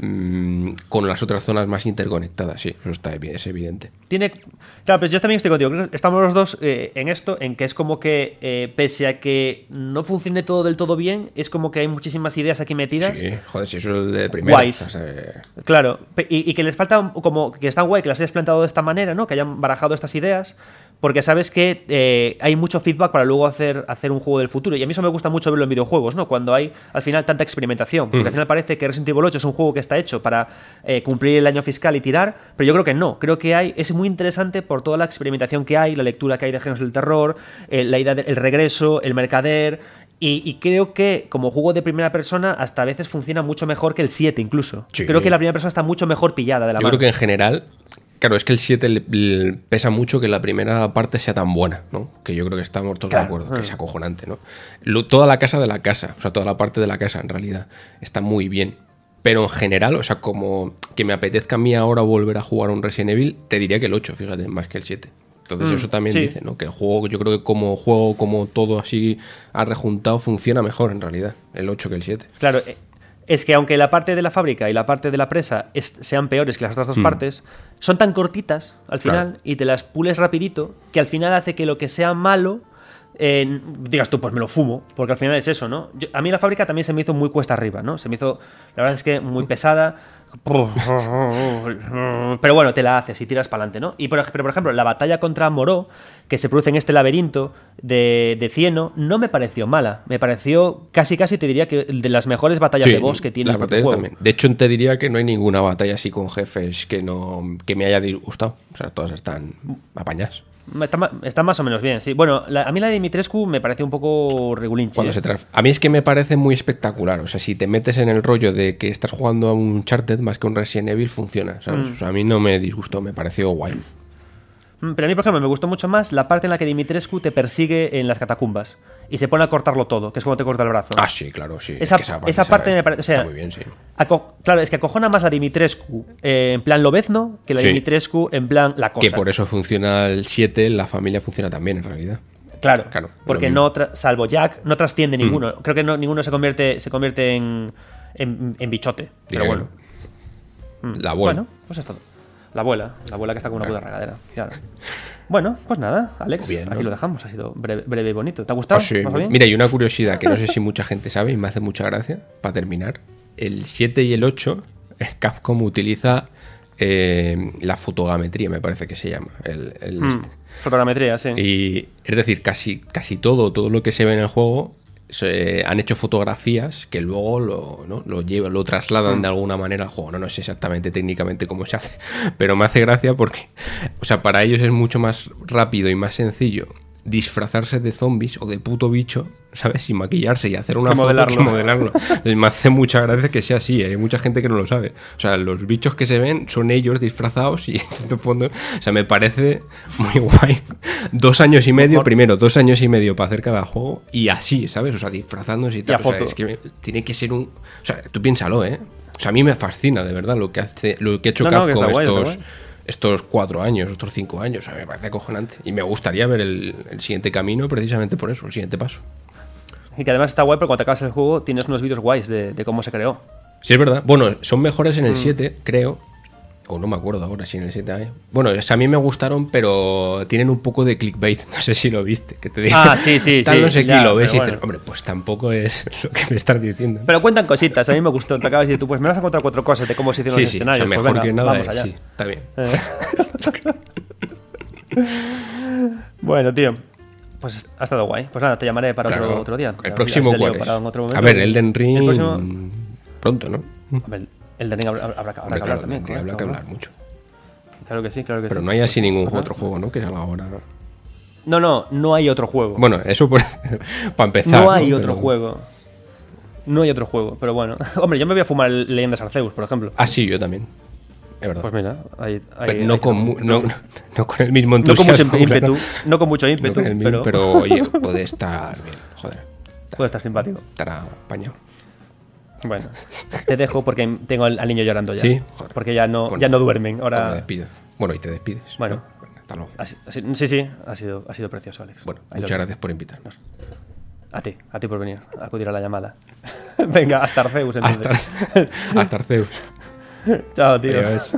mmm, con las otras zonas más interconectadas. Sí, eso está es evidente. Tiene, claro, pues yo también estoy contigo. Estamos los dos eh, en esto, en que es como que, eh, pese a que no funcione todo del todo bien, es como que hay muchísimas ideas aquí metidas. Sí, joder, si eso es el de primera. Guays. O sea, claro, y, y que les falta como que están guay que las hayas planteado de esta manera, ¿no? Que hayan barajado estas ideas. Porque sabes que eh, hay mucho feedback para luego hacer, hacer un juego del futuro. Y a mí eso me gusta mucho verlo en videojuegos, ¿no? Cuando hay al final tanta experimentación. Porque mm. al final parece que Resident Evil ocho es un juego que está hecho para eh, cumplir el año fiscal y tirar. Pero yo creo que no. Creo que hay es muy interesante por toda la experimentación que hay, la lectura que hay de géneros del terror, eh, la idea del regreso, el mercader. Y, y creo que como juego de primera persona hasta a veces funciona mucho mejor que el siete incluso. Sí. Creo que la primera persona está mucho mejor pillada de la yo mano. Yo creo que en general... Claro, es que el siete le, le pesa mucho que la primera parte sea tan buena, ¿no? Que yo creo que estamos todos claro. de acuerdo, que es acojonante, ¿no? Lo, toda la casa de la casa, o sea, toda la parte de la casa, en realidad, está muy bien. Pero en general, o sea, como que me apetezca a mí ahora volver a jugar un Resident Evil, te diría que el ocho, fíjate, más que el siete. Entonces mm, eso también sí. dice, ¿no? Que el juego, yo creo que como juego, como todo así ha rejuntado, funciona mejor, en realidad, el ocho que el siete. Claro, eh. Es que aunque la parte de la fábrica y la parte de la presa es, sean peores que las otras dos mm. partes, son tan cortitas al final claro. y te las pules rapidito que al final hace que lo que sea malo eh, digas tú, pues me lo fumo, porque al final es eso, ¿no? Yo, a mí la fábrica también se me hizo muy cuesta arriba, ¿no? Se me hizo, la verdad es que muy pesada. Pero bueno, te la haces y tiras para adelante, ¿no? Y por, pero por ejemplo, la batalla contra Moró, que se produce en este laberinto de, de cieno, no me pareció mala. Me pareció casi casi te diría que de las mejores batallas sí, de boss que tiene el juego. También. De hecho, te diría que no hay ninguna batalla así con jefes que no que me haya disgustado. O sea, todas están apañadas. Está, está más o menos bien, sí. Bueno, la, a mí la de Dimitrescu me parece un poco regulinche. ¿eh? Se traf... A mí es que me parece muy espectacular. O sea, si te metes en el rollo de que estás jugando a un Uncharted más que un Resident Evil, funciona, ¿sabes? Mm. O sea, a mí no me disgustó, me pareció guay. Pero a mí, por ejemplo, me gustó mucho más la parte en la que Dimitrescu te persigue en las catacumbas y se pone a cortarlo todo, que es como te corta el brazo. Ah, sí, claro, sí. Esa, es que esa parte, esa parte me parece... O sea, está muy bien, sí. Aco- claro, es que acojona más la Dimitrescu eh, en plan Lobezno que la sí. Dimitrescu en plan La Cosa. Que por eso funciona el siete, la familia funciona también, en realidad. Claro, claro porque no, tra- salvo Jack, no trasciende mm. ninguno. Creo que no, ninguno se convierte, se convierte en, en, en bichote. Pero bueno. Mm. La abuela. Bueno, pues es todo. La abuela, la abuela que está con una puta regadera. Claro. Bueno, pues nada, Alex, bien, ¿no? Aquí lo dejamos. Ha sido breve, breve y bonito. ¿Te ha gustado? Oh, sí. Mira, y una curiosidad que no sé si mucha gente sabe y me hace mucha gracia, para terminar. El siete y el ocho, Capcom utiliza eh, la fotogrametría, me parece que se llama. El, el mm, este. Fotogrametría, sí. Y es decir, casi, casi todo, todo lo que se ve en el juego... Se, han hecho fotografías que luego lo, ¿no? lo, llevan, lo trasladan mm. de alguna manera al juego. No, no sé exactamente técnicamente cómo se hace, pero me hace gracia porque, o sea, para ellos es mucho más rápido y más sencillo disfrazarse de zombies o de puto bicho, ¿sabes? Sin maquillarse y hacer una que foto modelarlo. que modelarlo. Me hace mucha gracia que sea así, hay mucha gente que no lo sabe. O sea, los bichos que se ven son ellos disfrazados y en fondo, o sea, me parece muy guay. Dos años y medio, primero, dos años y medio para hacer cada juego y así, ¿sabes? O sea, disfrazándose y tal. Y o sea, es que me, tiene que ser un... O sea, tú piénsalo, ¿eh? O sea, a mí me fascina, de verdad, lo que hace, lo que ha hecho no, Capcom no, estos... estos cuatro años, otros cinco años, o sea, me parece acojonante. Y me gustaría ver el, el siguiente camino precisamente por eso, el siguiente paso. Y que además está guay porque cuando te acabas el juego tienes unos vídeos guays de, de cómo se creó. Sí, es verdad. Bueno, son mejores en el Mm. siete, creo. O no me acuerdo ahora si en el siete hay. Bueno, o sea, a mí me gustaron, pero tienen un poco de clickbait. No sé si lo viste. Que te digo, Ah, sí, sí, tal sí, no sé ya, qué, lo ves y pero dices, bueno. hombre, pues tampoco es lo que me estás diciendo. Pero cuentan cositas, a mí me gustó. Te acabas de decir tú, pues me vas a contar cuatro cosas de cómo se hicieron Sí, los sí, o escenarios. sea, Pues mejor venga, que nada vamos es, allá. sí, está bien. Eh. Bueno, tío. Pues ha estado guay. Pues nada, te llamaré para Claro. otro, otro día. El Ya- próximo ya se cuál lió es. para en otro momento. A ver, Elden Ring El próximo... pronto, ¿no? A ver, Elden Ring habrá, habrá, habrá que Hombre, hablar claro, también. que joder, habrá que cabrón. hablar mucho. Claro que sí, claro que Pero sí. no hay así ningún Ajá. otro juego, ¿no? Que salga ahora. No, no, no hay otro juego. Bueno, eso por- para empezar. no hay otro Pero- juego. No hay otro juego, pero bueno. Hombre, yo me voy a fumar el Leyendas Arceus, por ejemplo. Ah, sí, yo también. Es verdad. Pues mira, ahí, ahí- Pero no, ahí con, tenemos. mu- no, no- no con el mismo No con mucho entusiasmo. ímpetu, claro. no con mucho No ímpetu, con el mismo, pero, pero oye, puede estar bien. Joder. puede estar simpático. Estará apañado. Bueno, te dejo porque tengo al, al niño llorando ya. Sí, joder. Porque ya no, Bueno, ya no duermen. pues me Ahora. despido. Bueno, y te despides. Bueno. ¿no? Bueno, hasta luego. ha si- ha si- sí, sí, ha sido, ha sido precioso, Alex. Bueno, Ahí lo muchas dejo. gracias por invitarnos. A ti, a ti por venir, a acudir a la llamada. Venga, hasta Arceus entonces. Hasta, hasta Arceus. Chao, tío. Adiós.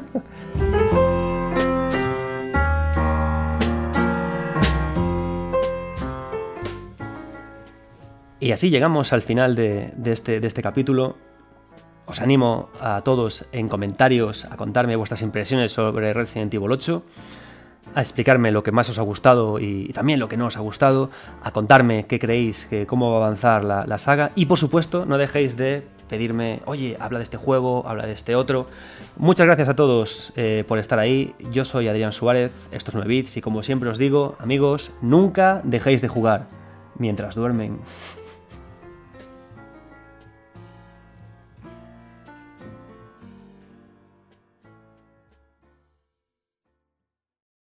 Y así llegamos al final de, de este, de este capítulo. Os animo a todos en comentarios a contarme vuestras impresiones sobre Resident Evil ocho, a explicarme lo que más os ha gustado y, y también lo que no os ha gustado, a contarme qué creéis, que cómo va a avanzar la, la saga y por supuesto no dejéis de pedirme, oye, habla de este juego, habla de este otro. Muchas gracias a todos eh, por estar ahí. Yo soy Adrián Suárez, esto es nueve bits y como siempre os digo, amigos, nunca dejéis de jugar mientras duermen.